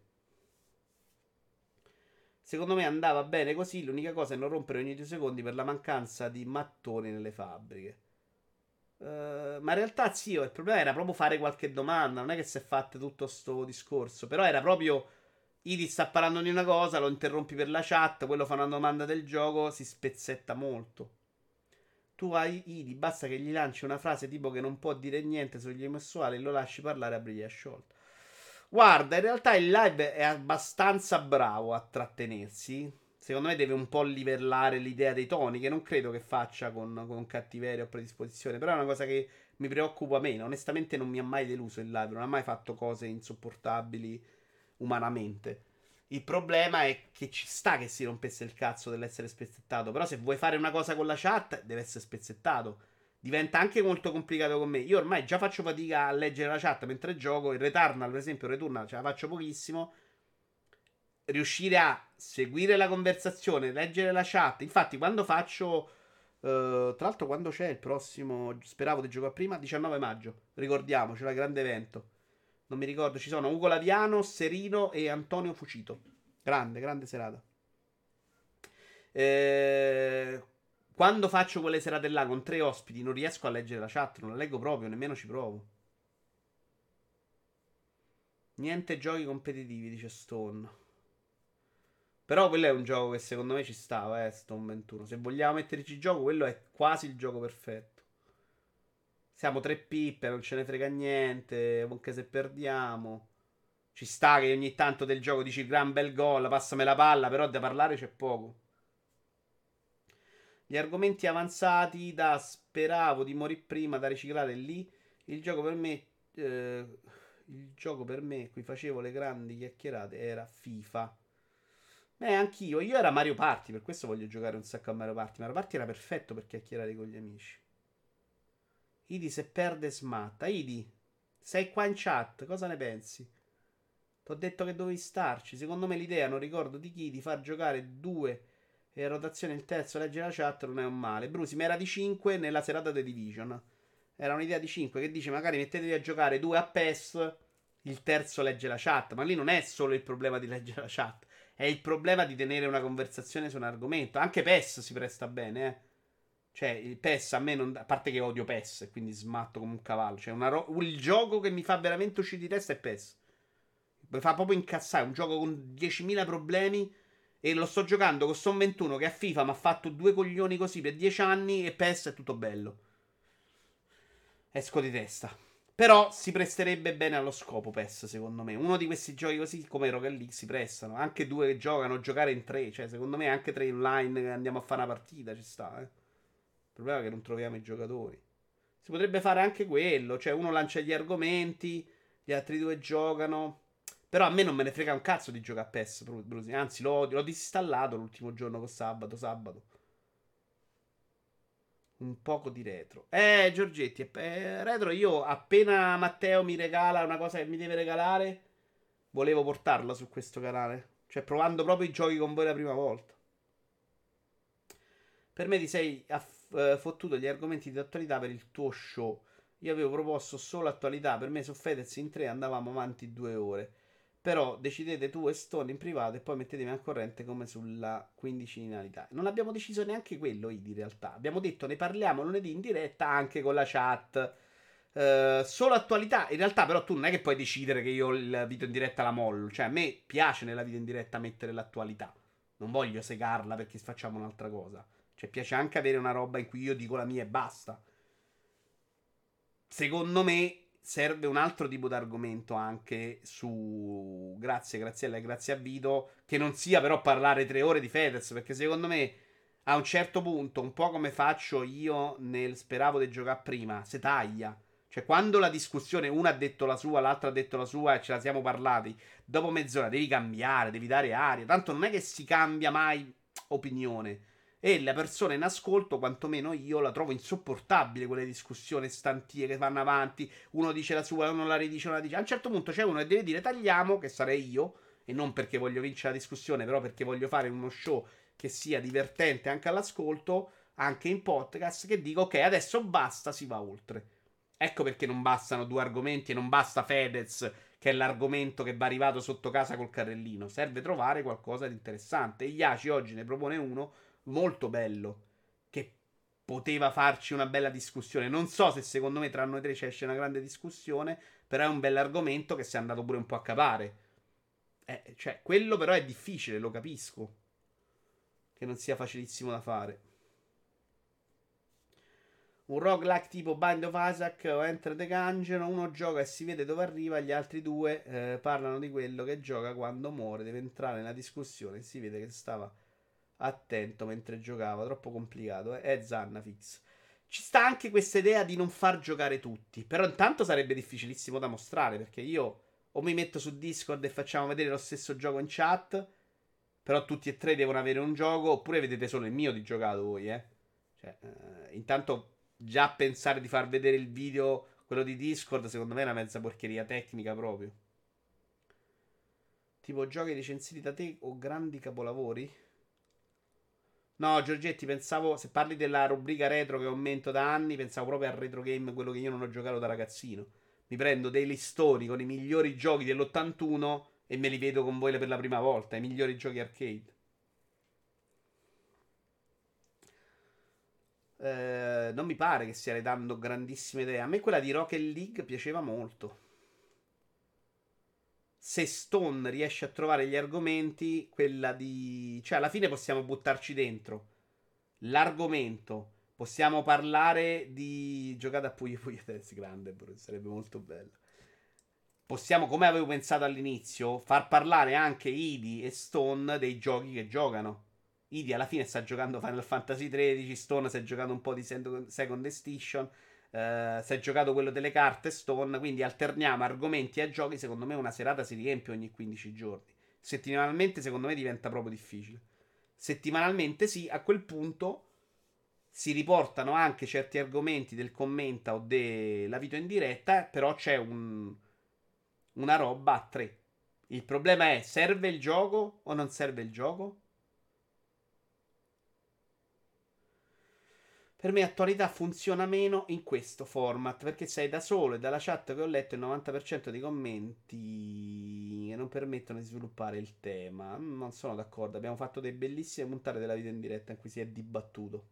Secondo me andava bene così, l'unica cosa è non rompere ogni 2 secondi per la mancanza di mattoni nelle fabbriche. Ma in realtà sì, il problema era proprio fare qualche domanda, non è che si è fatto tutto sto discorso, però era proprio Idi sta parlando di una cosa, lo interrompi per la chat, quello fa una domanda del gioco, si spezzetta molto. Tu hai Idi, basta che gli lanci una frase tipo che non può dire niente sugli omosessuali e lo lasci parlare a briglie sciolte. Guarda, in realtà il live è abbastanza bravo a trattenersi. Secondo me deve un po' livellare l'idea dei toni, che non credo che faccia con cattiveria o predisposizione, però è una cosa che mi preoccupa meno. Onestamente non mi ha mai deluso il live, non ha mai fatto cose insopportabili umanamente. Il problema è che ci sta che si rompesse il cazzo dell'essere spezzettato. Però se vuoi fare una cosa con la chat, deve essere spezzettato. Diventa anche molto complicato con me. Io ormai già faccio fatica a leggere la chat mentre gioco. Il Returnal, per esempio, il Returnal ce la faccio pochissimo. Riuscire a seguire la conversazione, leggere la chat. Infatti, quando faccio. Tra l'altro, quando c'è il prossimo. Speravo di giocare prima. 19 maggio. Ricordiamoci, il grande evento. Non mi ricordo, ci sono Ugo Laviano, Serino e Antonio Fucito. Grande serata. Quando faccio quelle serate là con 3 ospiti non riesco a leggere la chat, non la leggo proprio, nemmeno ci provo. Niente giochi competitivi, dice Stone. Però quello è un gioco che secondo me ci stava, Stone 21. Se vogliamo metterci in gioco, quello è quasi il gioco perfetto. Siamo 3 pippe, non ce ne frega niente, anche se perdiamo. Ci sta che ogni tanto del gioco dici gran bel gol, passami la palla, però da parlare c'è poco. Gli argomenti avanzati da speravo di morire prima da riciclare lì. Il gioco per me, qui facevo le grandi chiacchierate, era FIFA. Anch'io. Io era Mario Party, per questo voglio giocare un sacco a Mario Party. Mario Party era perfetto per chiacchierare con gli amici. Idi se perde smatta. Idi, sei qua in chat, cosa ne pensi? T'ho detto che dovevi starci. Secondo me l'idea, non ricordo di chi, di far giocare 2 e a rotazione il terzo leggere la chat non è un male. Brusi, ma era di 5 nella serata The Division. Era un'idea di 5 che dice magari mettetevi a giocare 2 a PES, il terzo legge la chat. Ma lì non è solo il problema di leggere la chat, è il problema di tenere una conversazione su un argomento. Anche PES si presta bene, eh. Cioè, il PES a me non. A parte che odio PES, quindi smatto come un cavallo. Cioè, il gioco che mi fa veramente uscire di testa è PES. Mi fa proprio incazzare. Un gioco con 10.000 problemi. E lo sto giocando con Son 21 che a FIFA mi ha fatto 2 coglioni così per 10 anni. E PES è tutto bello. Esco di testa. Però si presterebbe bene allo scopo PES, secondo me. Uno di questi giochi così come Rocket League si prestano. Anche 2 che giocano, giocare in 3. Cioè, secondo me anche 3 online che andiamo a fare una partita ci sta, eh. Il problema è che non troviamo i giocatori. Si potrebbe fare anche quello. Cioè, uno lancia gli argomenti, gli altri 2 giocano. Però a me non me ne frega un cazzo di giocare a PES, Brusi. Anzi, lo odio. L'ho disinstallato l'ultimo giorno con sabato. Un poco di retro. Giorgetti, retro io appena Matteo mi regala una cosa che mi deve regalare, volevo portarla su questo canale. Cioè, provando proprio i giochi con voi la prima volta. Per me ti sei fottuto gli argomenti di attualità per il tuo show. Io avevo proposto solo attualità. Per me su Fedez in 3 andavamo avanti 2 ore. Però decidete tu e Stone in privato e poi mettetemi al corrente come sulla quindicinalità. Non abbiamo deciso neanche quello, in realtà. Abbiamo detto ne parliamo lunedì in diretta anche con la chat. Solo attualità. In realtà però tu non è che puoi decidere che io il video in diretta la mollo. Cioè a me piace nella video in diretta mettere l'attualità. Non voglio segarla perché facciamo un'altra cosa. Cioè piace anche avere una roba in cui io dico la mia e basta. Secondo me serve un altro tipo di argomento anche su. Grazie Graziella e grazie a Vito. Che non sia però parlare 3 ore di Fedez. Perché secondo me a un certo punto, un po' come faccio io nel speravo di giocare prima, si taglia. Cioè quando la discussione, una ha detto la sua, l'altra ha detto la sua e ce la siamo parlati, dopo mezz'ora devi cambiare, devi dare aria. Tanto non è che si cambia mai opinione. E la persona in ascolto, quantomeno io, la trovo insopportabile quelle discussioni stantie che vanno avanti. Uno dice la sua, uno la ridice, uno la dice. A un certo punto c'è uno che deve dire tagliamo, che sarei io. E non perché voglio vincere la discussione, però perché voglio fare uno show che sia divertente anche all'ascolto, anche in podcast, che dico ok, adesso basta, si va oltre. Ecco perché non bastano 2 argomenti e non basta Fedez, che è l'argomento che va arrivato sotto casa col carrellino. Serve trovare qualcosa di interessante. E Iaci oggi ne propone uno molto bello, che poteva farci una bella discussione. Non so se secondo me tra noi 3 ci esce una grande discussione, però è un bell'argomento che si è andato pure un po' a capare. Cioè, quello però è difficile, lo capisco, che non sia facilissimo da fare. Un roguelike tipo Bind of Isaac o Enter the Gungeon. Uno gioca e si vede dove arriva, gli altri 2 parlano di quello che gioca quando muore. Deve entrare nella discussione e si vede che stava attento mentre giocava. Troppo complicato, Zannafix. Ci sta anche questa idea di non far giocare tutti. Però intanto sarebbe difficilissimo da mostrare, perché io o mi metto su Discord e facciamo vedere lo stesso gioco in chat, però tutti e 3 devono avere un gioco, oppure vedete solo il mio di giocato voi, Cioè, intanto già pensare di far vedere il video, quello di Discord, secondo me è una mezza porcheria tecnica proprio. Tipo giochi recensiti da te o grandi capolavori? No, Giorgetti, pensavo, se parli della rubrica retro che aumento da anni, pensavo proprio al retro game, quello che io non ho giocato da ragazzino. Mi prendo dei listoni con i migliori giochi dell'81 e me li vedo con voi per la prima volta, i migliori giochi arcade. Non mi pare che stiate dando grandissime idee. A me quella di Rocket League piaceva molto. Se Stone riesce a trovare gli argomenti, quella di. Cioè, alla fine possiamo buttarci dentro l'argomento. Possiamo parlare di giocata a Puyo Puyo Tetris grande, sarebbe molto bello. Possiamo, come avevo pensato all'inizio, far parlare anche Idi e Stone dei giochi che giocano. Idi alla fine sta giocando Final Fantasy XIII, Stone si è giocato un po' di Second Edition, si è giocato quello delle carte Stone, quindi alterniamo argomenti e giochi. Secondo me una serata si riempie ogni 15 giorni. Settimanalmente secondo me diventa proprio difficile. Settimanalmente sì, a quel punto si riportano anche certi argomenti del commenta o della video in diretta, però c'è una roba a 3. Il problema è, serve il gioco o non serve il gioco? Per me attualità funziona meno in questo format perché sei da solo e dalla chat che ho letto il 90% dei commenti che non permettono di sviluppare il tema. Non sono d'accordo. Abbiamo fatto delle bellissime puntate della vita in diretta in cui si è dibattuto.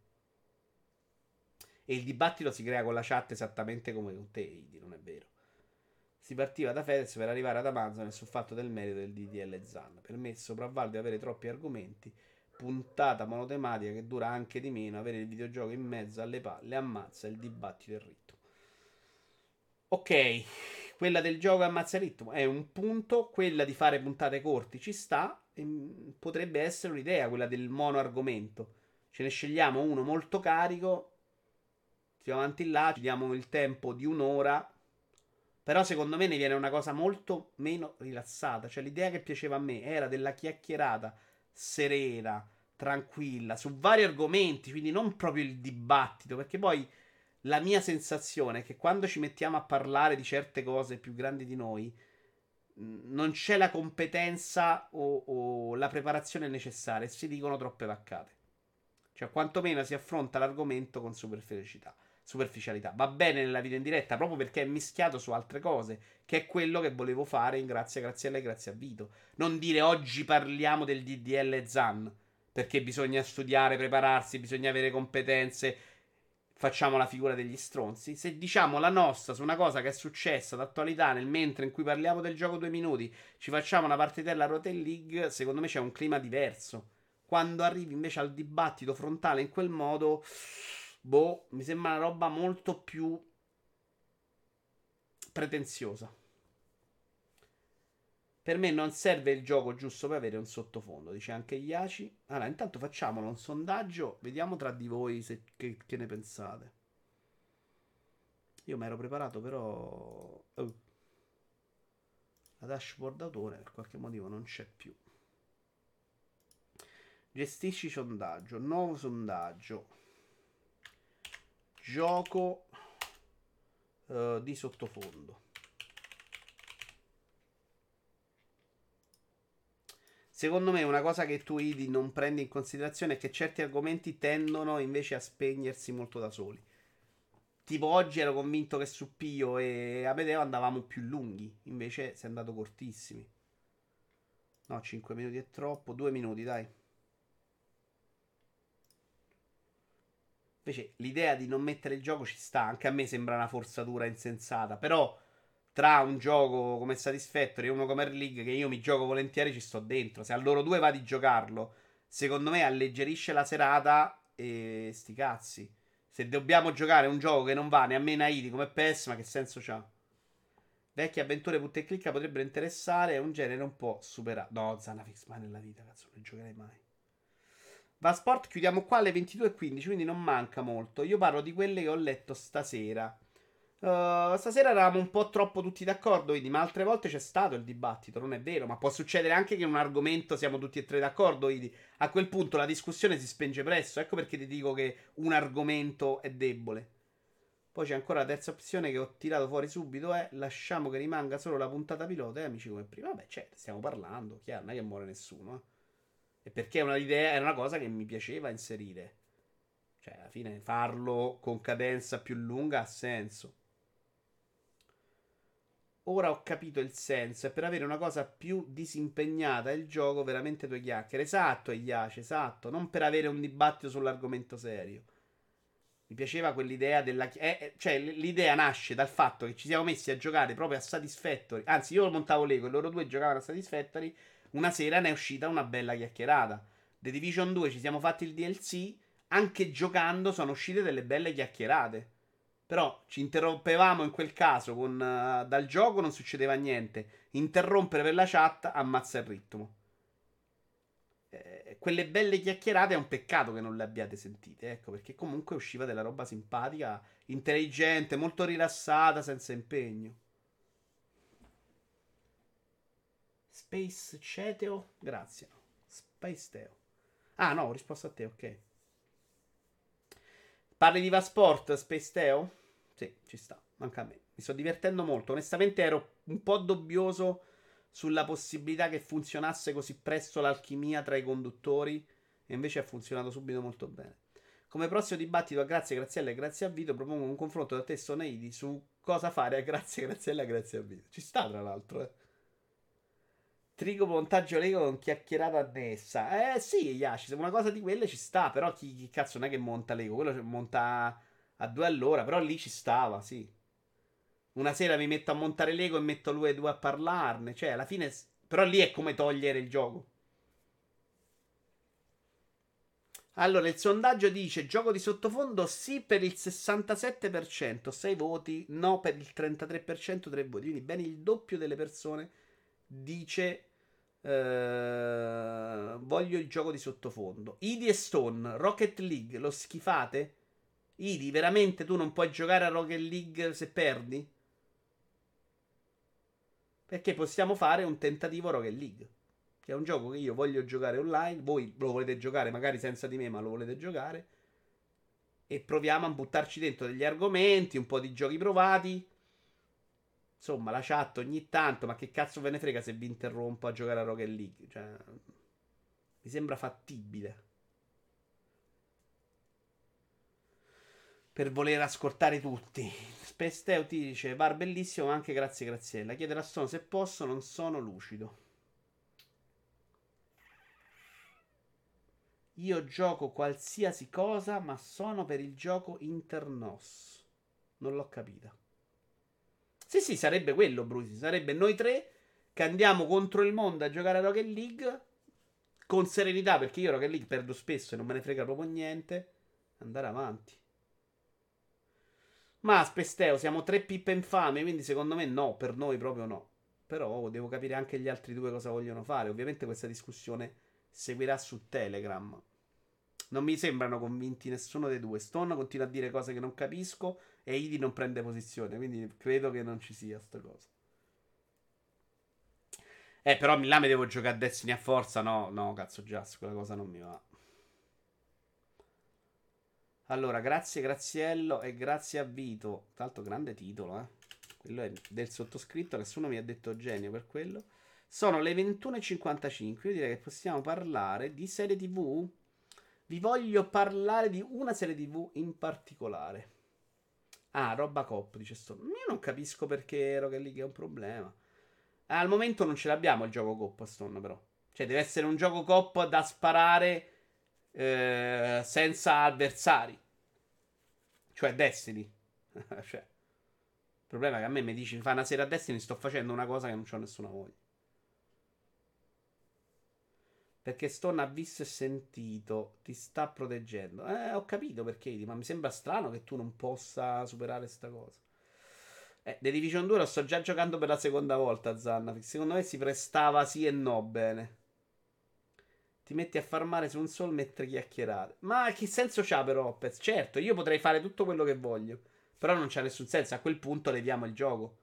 E il dibattito si crea con la chat esattamente come con te, Idi, non è vero. Si partiva da Fedez per arrivare ad Amazon e sul fatto del merito del DDL Zan. Per me sopravvaluta avere troppi argomenti. Puntata monotematica che dura anche di meno, avere il videogioco in mezzo alle palle ammazza il dibattito e il ritmo. Ok, quella del gioco ammazza il ritmo è un punto, quella di fare puntate corti ci sta, potrebbe essere un'idea quella del mono argomento. Ce ne scegliamo uno molto carico, stiamo avanti là, ci diamo il tempo di un'ora, però secondo me ne viene una cosa molto meno rilassata, cioè l'idea che piaceva a me era della chiacchierata serena, tranquilla, su vari argomenti, quindi non proprio il dibattito, perché poi la mia sensazione è che quando ci mettiamo a parlare di certe cose più grandi di noi, non c'è la competenza o la preparazione necessaria, e si dicono troppe vaccate. Cioè, quantomeno si affronta l'argomento con superficialità. Va bene nella vita in diretta proprio perché è mischiato su altre cose, che è quello che volevo fare in grazie a lei, grazie a Vito. Non dire oggi parliamo del DDL Zan, perché bisogna studiare, prepararsi, bisogna avere competenze, facciamo la figura degli stronzi. Se diciamo la nostra su una cosa che è successa d'attualità nel mentre in cui parliamo del gioco 2 minuti, ci facciamo una partitella a Rocket League, secondo me c'è un clima diverso. Quando arrivi invece al dibattito frontale in quel modo, boh, mi sembra una roba molto più pretenziosa. Per me non serve il gioco giusto per avere un sottofondo, dice anche Iaci. Allora, intanto facciamolo un sondaggio, vediamo tra di voi che ne pensate. Io mi ero preparato, però la dashboard d'autore per qualche motivo non c'è più. Gestisci sondaggio, nuovo sondaggio, gioco di sottofondo. Secondo me una cosa che tu, Idi, non prendi in considerazione è che certi argomenti tendono invece a spegnersi molto da soli. Tipo oggi ero convinto che su Pio e Amedeo andavamo più lunghi, invece sei andato cortissimi. No, 5 minuti è troppo, 2 minuti dai. Invece l'idea di non mettere il gioco ci sta, anche a me sembra una forzatura insensata, però tra un gioco come Satisfactory e uno come Air League che io mi gioco volentieri ci sto dentro. Se a loro due va di giocarlo, secondo me alleggerisce la serata e sti cazzi. Se dobbiamo giocare un gioco che non va né a me né a Idi come PES, ma che senso c'ha? Vecchie avventure punta e clicca potrebbero interessare, è un genere un po' superato. No, Zanafix mai nella vita, cazzo, non giocherei mai. Va Sport, chiudiamo qua alle 22:15, quindi non manca molto. Io parlo di quelle che ho letto stasera. Stasera eravamo un po' troppo tutti d'accordo, Idi, ma altre volte c'è stato il dibattito, non è vero? Ma può succedere anche che in un argomento siamo tutti e tre d'accordo, Idi. A quel punto la discussione si spenge presto, ecco perché ti dico che un argomento è debole. Poi c'è ancora la terza opzione che ho tirato fuori subito, lasciamo che rimanga solo la puntata pilota, amici come prima. Vabbè, certo, stiamo parlando, chiaro, non è che muore nessuno, E perché è una idea, era una cosa che mi piaceva inserire. Cioè, alla fine farlo con cadenza più lunga ha senso. Ora ho capito il senso, è per avere una cosa più disimpegnata il gioco, veramente due chiacchiere. Esatto, Iace, esatto, non per avere un dibattito sull'argomento serio. Mi piaceva quell'idea della... cioè, l'idea nasce dal fatto che ci siamo messi a giocare proprio a Satisfactory. Anzi, io montavo Lego e loro due giocavano a Satisfactory. Una sera ne è uscita una bella chiacchierata. The Division 2 ci siamo fatti il DLC. Anche giocando sono uscite delle belle chiacchierate. Però ci interrompevamo in quel caso dal gioco non succedeva niente. Interrompere per la chat ammazza il ritmo. Quelle belle chiacchierate è un peccato che non le abbiate sentite, ecco, perché comunque usciva della roba simpatica, intelligente, molto rilassata, senza impegno. Space Ceteo? Grazie. Space Teo. Ah no, ho risposto a te, ok. Parli di Vasport, Space Teo? Sì, ci sta, manca a me. Mi sto divertendo molto. Onestamente ero un po' dubbioso sulla possibilità che funzionasse così presto l'alchimia tra i conduttori, e invece ha funzionato subito molto bene. Come prossimo dibattito a Grazie Graziella e Grazie a Vito propongo un confronto da te e Soneidi su cosa fare a Grazie Graziella e Grazie a Vito. Ci sta tra l'altro, eh. Trigo montaggio Lego con chiacchierata annessa. Sì, Yashi, se una cosa di quelle ci sta, però chi cazzo non è che monta Lego? Quello monta a 2 all'ora, però lì ci stava, sì. Una sera mi metto a montare Lego e metto lui e due a parlarne, cioè alla fine... Però lì è come togliere il gioco. Allora, il sondaggio dice gioco di sottofondo sì per il 67%, 6 voti, no per il 33%, 3 voti. Quindi ben il doppio delle persone dice voglio il gioco di sottofondo. Idi e Stone, Rocket League, lo schifate? Idi, veramente tu non puoi giocare a Rocket League se perdi? Perché possiamo fare un tentativo Rocket League, che è un gioco che io voglio giocare online. Voi lo volete giocare magari senza di me, ma lo volete giocare. E proviamo a buttarci dentro degli argomenti, un po' di giochi provati. Insomma, la chat ogni tanto, ma che cazzo ve ne frega se vi interrompo a giocare a Rocket League? Cioè, mi sembra fattibile. Per voler ascoltare tutti. Spesteo ti dice Var bellissimo, ma anche grazie Graziella. Chiedere a Sono se posso, non sono lucido. Io gioco qualsiasi cosa, ma sono per il gioco internos. Non l'ho capita. Sì, sarebbe quello, Brusi. Sarebbe noi tre che andiamo contro il mondo a giocare a Rocket League con serenità, perché io Rocket League perdo spesso e non me ne frega proprio niente. Andare avanti. Ma Spesteo, siamo 3 pippe infame, quindi secondo me no, per noi proprio no. Però devo capire anche gli altri due cosa vogliono fare. Ovviamente questa discussione seguirà su Telegram. Non mi sembrano convinti nessuno dei due. Stone continua a dire cose che non capisco e Idi non prende posizione, quindi credo che non ci sia sta cosa. Però là mi devo giocare a Destiny a forza. No, cazzo, Just, quella cosa non mi va. Allora, grazie Graziello e grazie a Vito. Tra l'altro grande titolo, eh. Quello è del sottoscritto, nessuno mi ha detto genio per quello. Sono le 21:55. Io direi che possiamo parlare di serie TV. Vi voglio parlare di una serie TV in particolare. Ah, Robocop, dice Stone. Io non capisco perché Rocket League è un problema. Al momento non ce l'abbiamo il gioco coop, Stone, però. Cioè, deve essere un gioco coop da sparare senza avversari. Cioè Destiny. Cioè, il problema è che a me mi dici fa una serie a Destiny, sto facendo una cosa che non c'ho nessuna voglia. Perché Stone ha visto e sentito, ti sta proteggendo. Ho capito perché, ma mi sembra strano che tu non possa superare sta cosa. The Division 2 lo sto già giocando per la seconda volta, Zanna. Secondo me si prestava sì e no bene. Ti metti a farmare su un sol mentre chiacchierare. Ma che senso c'ha però, Opez? Certo, io potrei fare tutto quello che voglio, però non c'ha nessun senso. A quel punto leviamo il gioco.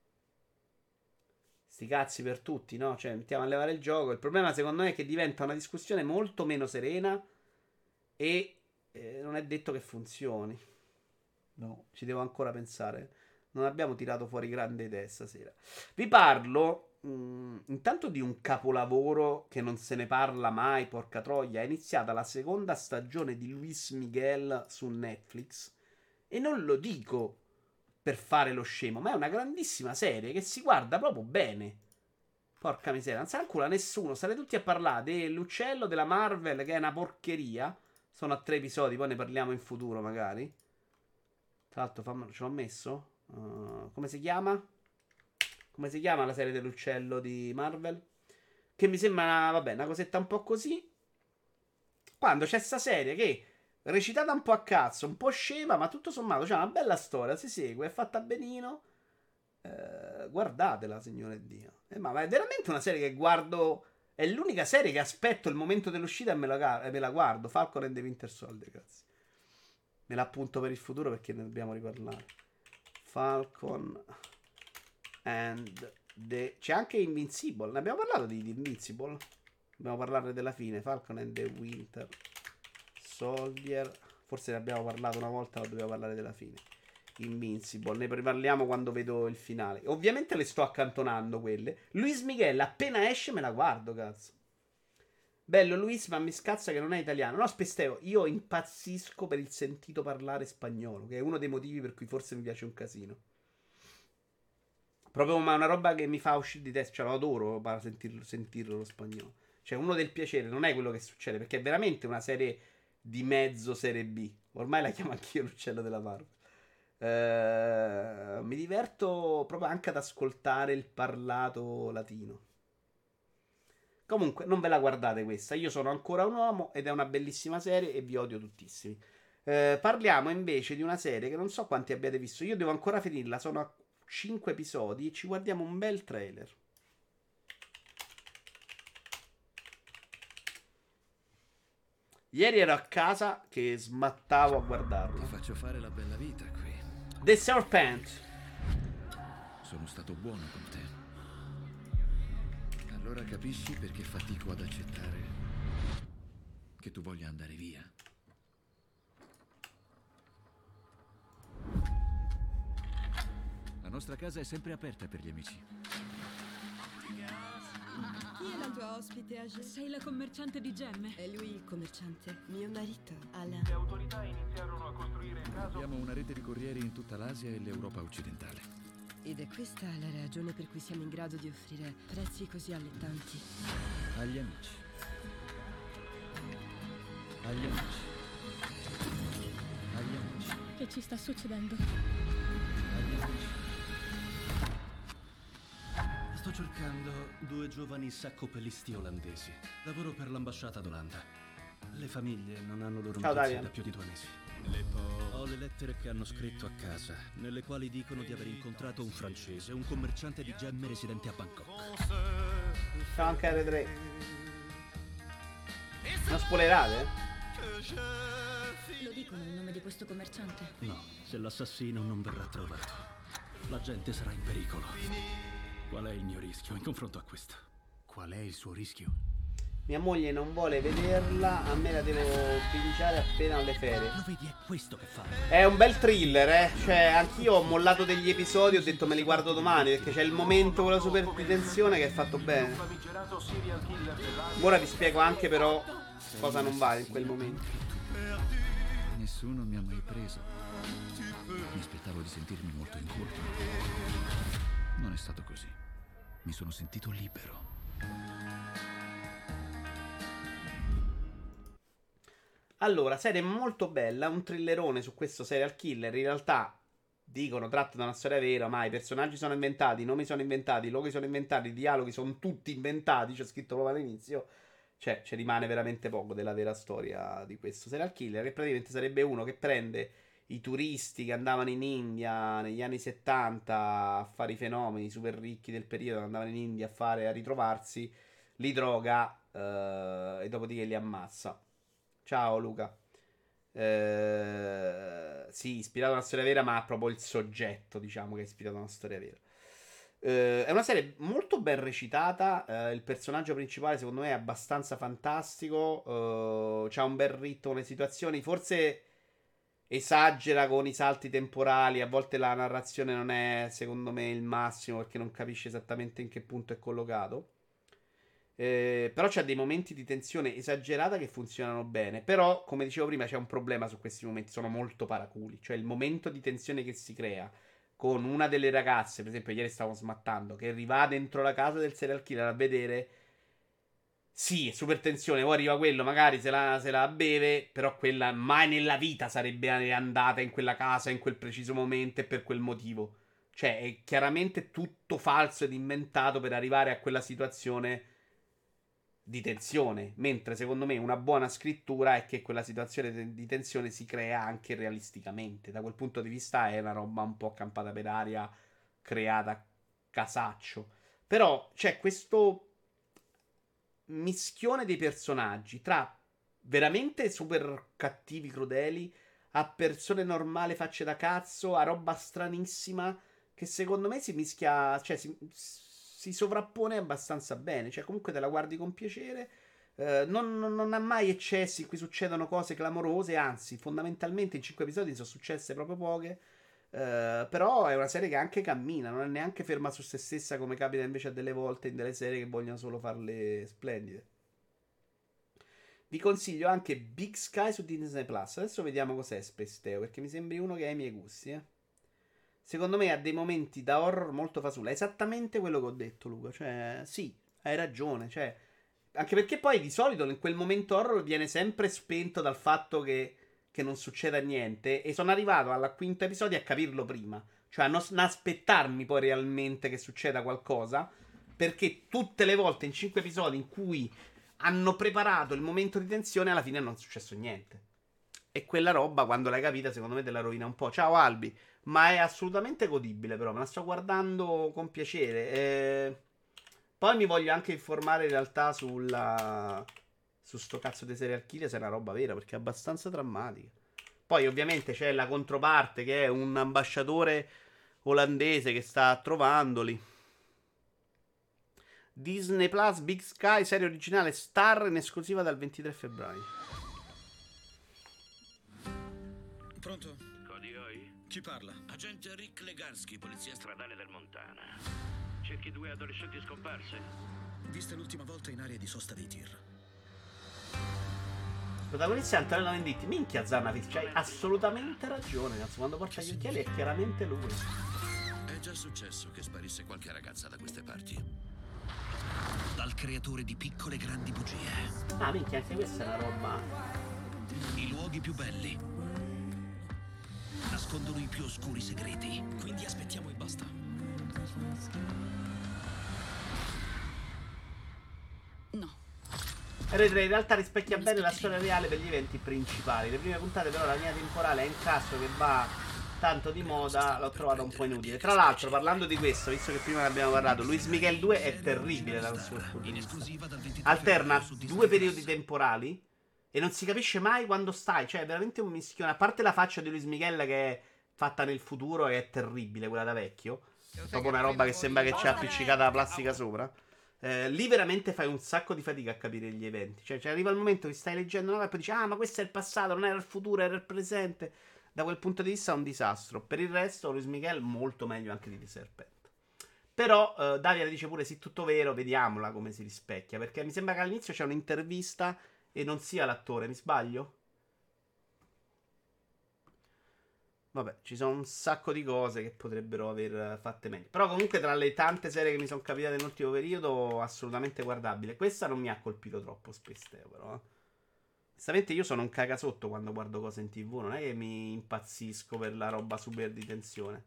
Sti cazzi per tutti, no? Cioè, mettiamo a levare il gioco. Il problema secondo me è che diventa una discussione molto meno serena e non è detto che funzioni. No, ci devo ancora pensare. Non abbiamo tirato fuori grandi idee stasera. Vi parlo intanto di un capolavoro che non se ne parla mai, porca troia. È iniziata la seconda stagione di Luis Miguel su Netflix e non lo dico per fare lo scemo, ma è una grandissima serie che si guarda proprio bene. Porca miseria, non sa ancora nessuno. State tutti a parlare dell'uccello della Marvel che è una porcheria. Sono a 3 episodi, poi ne parliamo in futuro magari. Tra l'altro ce l'ho messo. Come si chiama? Come si chiama la serie dell'uccello di Marvel? Che mi sembra, vabbè, una cosetta un po' così. Quando c'è sta serie che recitata un po' a cazzo, un po' scema, ma tutto sommato c'è una bella storia, si segue, è fatta benino. Guardatela, signore Dio. Ma è veramente una serie che guardo. È l'unica serie che aspetto il momento dell'uscita e me la guardo. Falcon and the Winter Soldier, grazie. Me la appunto per il futuro perché ne dobbiamo riparlare. Falcon and the... C'è anche Invincible. Ne abbiamo parlato di Invincible? Dobbiamo parlare della fine. Falcon and the Winter Soldier. Forse ne abbiamo parlato una volta, ma dobbiamo parlare della fine. Invincible, ne riparliamo quando vedo il finale. Ovviamente le sto accantonando quelle. Luis Miguel appena esce me la guardo, cazzo. Bello Luis, ma mi scazza che non è italiano. No, Spesteo, io impazzisco per il sentito parlare spagnolo, che è uno dei motivi per cui forse mi piace un casino. Proprio ma una roba che mi fa uscire di testa, cioè lo adoro sentirlo lo spagnolo. Cioè uno del piacere, non è quello che succede, perché è veramente una serie di mezzo serie B. Ormai la chiamo anch'io l'uccello della Marvel. Mi diverto proprio anche ad ascoltare il parlato latino. Comunque, non ve la guardate questa. Io sono ancora un uomo ed è una bellissima serie e vi odio tuttissimi. Parliamo invece di una serie che non so quanti abbiate visto. Io devo ancora finirla. Sono a 5 episodi e ci guardiamo un bel trailer. Ieri ero a casa che smattavo a guardarlo. Ti faccio fare la bella vita qui. The Serpent. Sono stato buono con te. Allora capisci perché fatico ad accettare che tu voglia andare via. La nostra casa è sempre aperta per gli amici. Chi è la tua ospite, Age? Sei la commerciante di gemme. È lui il commerciante. Mio marito, Alain. Le autorità iniziarono a costruire il caso. Abbiamo una rete di corrieri in tutta l'Asia e l'Europa occidentale. Ed è questa la ragione per cui siamo in grado di offrire prezzi così allettanti. Agli amici. Agli amici. Agli amici. Che ci sta succedendo? Agli amici. Sto cercando 2 giovani saccopellisti olandesi. Lavoro per l'ambasciata d'Olanda. Le famiglie non hanno loro notizie da più di 2 mesi. Ho le lettere che hanno scritto a casa, nelle quali dicono di aver incontrato un francese, un commerciante di gemme residente a Bangkok. Ciao anche R3. Non spoilerate? Lo dicono il nome di questo commerciante? No, se l'assassino non verrà trovato, la gente sarà in pericolo. Qual è il mio rischio in confronto a questo? Qual è il suo rischio? Mia moglie non vuole vederla, a me la devo pigiare appena alle ferie. Lo vedi, è questo che fa. È un bel thriller, eh. Cioè, anch'io ho mollato degli episodi, ho detto me li guardo domani, perché c'è il momento con la super di tensione che è fatto bene. Ora vi spiego anche però cosa non va in quel momento. Nessuno mi ha mai preso. Mi aspettavo di sentirmi molto in colpa. Non è stato così. Mi sono sentito libero. Allora, serie molto bella, un thrillerone su questo serial killer. In realtà dicono tratto da una storia vera, ma i personaggi sono inventati, i nomi sono inventati, i luoghi sono inventati, i dialoghi sono tutti inventati. C'è scritto proprio all'inizio. Cioè, ci rimane veramente poco della vera storia di questo serial killer, che praticamente sarebbe uno che prende i turisti che andavano in India negli anni 70 a fare i fenomeni, super ricchi del periodo, che andavano in India a ritrovarsi, li droga e dopodiché li ammassa. Ciao Luca. Sì, ispirato a una storia vera, ma proprio il soggetto, diciamo, che è ispirato a una storia vera. È una serie molto ben recitata. Il personaggio principale, secondo me, è abbastanza fantastico. C'ha un bel ritmo nelle situazioni. Forse esagera con i salti temporali. A volte la narrazione non è, secondo me, il massimo, perché non capisce esattamente in che punto è collocato. Però c'ha dei momenti di tensione esagerata che funzionano bene. Però, come dicevo prima, c'è un problema su questi momenti. Sono molto paraculi. Cioè, il momento di tensione che si crea con una delle ragazze, per esempio, ieri stavo smattando, che arriva dentro la casa del serial killer a vedere. Sì, è super tensione. Poi arriva quello, magari se la beve. Però quella mai nella vita sarebbe andata in quella casa in quel preciso momento e per quel motivo. Cioè, è chiaramente tutto falso ed inventato per arrivare a quella situazione di tensione, mentre secondo me una buona scrittura è che quella situazione di tensione si crea anche realisticamente. Da quel punto di vista è una roba un po' campata per aria, creata a casaccio. Però c'è questo mischione dei personaggi tra veramente super cattivi, crudeli, a persone normali, facce da cazzo, a roba stranissima che secondo me si mischia, cioè si sovrappone abbastanza bene. Cioè, comunque te la guardi con piacere. Non ha mai eccessi. Qui succedono cose clamorose. Anzi, fondamentalmente in 5 episodi sono successe proprio poche. Però è una serie che anche cammina. Non è neanche ferma su se stessa, come capita invece a delle volte in delle serie che vogliono solo farle splendide. Vi consiglio anche Big Sky su Disney Plus. Adesso vediamo cos'è Space Teo, perché mi sembri uno che ha i miei gusti, Secondo me ha dei momenti da horror molto fasulla. È esattamente quello che ho detto, Luca. Cioè, sì, hai ragione. Cioè, anche perché poi di solito in quel momento horror viene sempre spento dal fatto che non succeda niente. E sono arrivato al quinto episodio a capirlo prima. Cioè a non aspettarmi poi realmente che succeda qualcosa. Perché tutte le volte in 5 episodi in cui hanno preparato il momento di tensione, alla fine non è successo niente. E quella roba, quando l'hai capita, secondo me te la rovina un po'. Ciao Albi. Ma è assolutamente godibile, però me la sto guardando con piacere. Poi mi voglio anche informare in realtà su sto cazzo di serial killer, se è una roba vera, perché è abbastanza drammatica. Poi ovviamente c'è la controparte che è un ambasciatore olandese che sta trovandoli. Disney Plus Big Sky, serie originale Star, in esclusiva dal 23 febbraio. Pronto? Cody Oi? Chi parla? Agente Rick Legarsky, polizia stradale del Montana. Cerchi 2 adolescenti scomparse? Viste l'ultima volta in area di sosta dei tir. Protagonista è Antonello Venditti. Minchia Zanafis, c'hai assolutamente ragione. Cazzo, quando porta gli occhiali è chiaramente lui. È già successo che sparisse qualche ragazza da queste parti. Dal creatore di piccole e grandi bugie. Ah, minchia, anche questa è una roba. I luoghi più belli nascondono i più oscuri segreti. Quindi aspettiamo e basta. No. R3 in realtà rispecchia bene la storia reale per gli eventi principali. Le prime puntate però la linea temporale è un caso che va tanto di moda, l'ho trovata un po' inutile. Tra l'altro, parlando di questo, visto che prima ne abbiamo parlato, Luis Miguel 2 è terribile dal suo punto di vista. Alterna 2 periodi temporali e non si capisce mai quando stai. Cioè è veramente un mischione. A parte la faccia di Luis Miguel che è fatta nel futuro e è terribile, quella da vecchio. Proprio una roba che sembra che c'è appiccicata la plastica sopra. Lì veramente fai un sacco di fatica a capire gli eventi. Cioè arriva il momento che stai leggendo una e poi dici: ah, ma questo è il passato, non era il futuro, era il presente. Da quel punto di vista è un disastro. Per il resto Luis Miguel molto meglio anche di The Serpent. Però Davide dice pure: sì, tutto vero, vediamola come si rispecchia. Perché mi sembra che all'inizio c'è un'intervista e non sia l'attore, mi sbaglio? Vabbè, ci sono un sacco di cose che potrebbero aver fatte meglio. Però comunque tra le tante serie che mi sono capitate nell'ultimo periodo, assolutamente guardabile. Questa non mi ha colpito troppo spesso, però. Onestamente io sono un cagasotto quando guardo cose in TV. Non è che mi impazzisco per la roba super di tensione.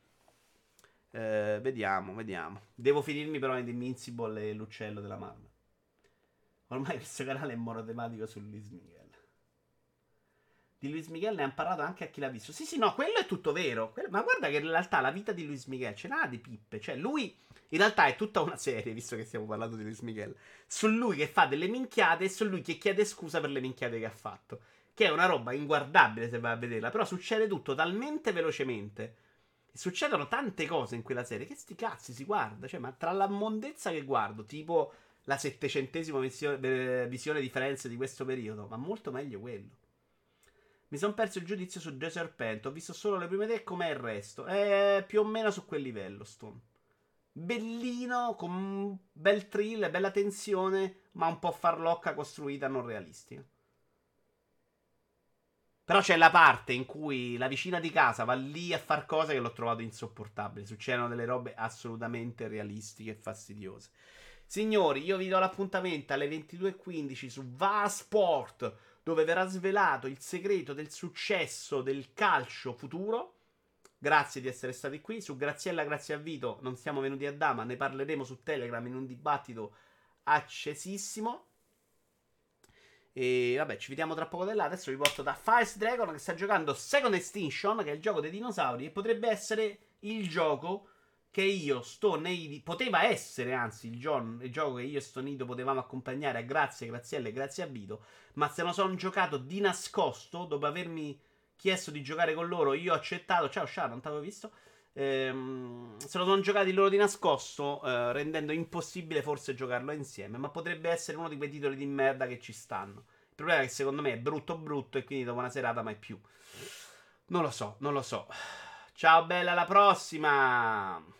Vediamo. Devo finirmi però The Invincible e l'uccello della Marvel. Ormai questo canale è monotematico su Luis Miguel. Di Luis Miguel ne hanno parlato anche a chi l'ha visto. Sì, no, quello è tutto vero. Ma guarda che in realtà la vita di Luis Miguel ce n'ha di pippe. Cioè lui in realtà è tutta una serie, visto che stiamo parlando di Luis Miguel, su lui che fa delle minchiate e su lui che chiede scusa per le minchiate che ha fatto. Che è una roba inguardabile se vai a vederla. Però succede tutto talmente velocemente. E succedono tante cose in quella serie che sti cazzi si guarda. Cioè, ma tra la mondezza che guardo, tipo la 700ª visione di Friends di questo periodo, ma molto meglio quello. Mi sono perso il giudizio su The Serpent. Ho visto solo le prime 3 com'è il resto. È più o meno su quel livello, Stone. Bellino, con un bel thrill, bella tensione, ma un po' farlocca costruita, non realistica. Però c'è la parte in cui la vicina di casa va lì a far cose che l'ho trovato insopportabile. Succedono delle robe assolutamente realistiche e fastidiose. Signori, io vi do l'appuntamento alle 22:15 su VAR Sport, dove verrà svelato il segreto del successo del calcio futuro. Grazie di essere stati qui. Su Graziella, grazie a Vito, non siamo venuti a Dama, ne parleremo su Telegram in un dibattito accesissimo. E vabbè, ci vediamo tra poco da là. Adesso vi porto da Fires Dragon, che sta giocando Second Extinction, che è il gioco dei dinosauri, e potrebbe essere il gioco che io, poteva essere anzi il gioco che io e Stonito potevamo accompagnare a Graziella e grazie a Vito. Ma se lo sono giocato di nascosto, dopo avermi chiesto di giocare con loro, io ho accettato. Ciao Sha, non t'avevo visto. Se lo sono giocati loro di nascosto, rendendo impossibile forse giocarlo insieme. Ma potrebbe essere uno di quei titoli di merda che ci stanno. Il problema è che secondo me è brutto e quindi dopo una serata mai più. Non lo so. Ciao bella, alla prossima.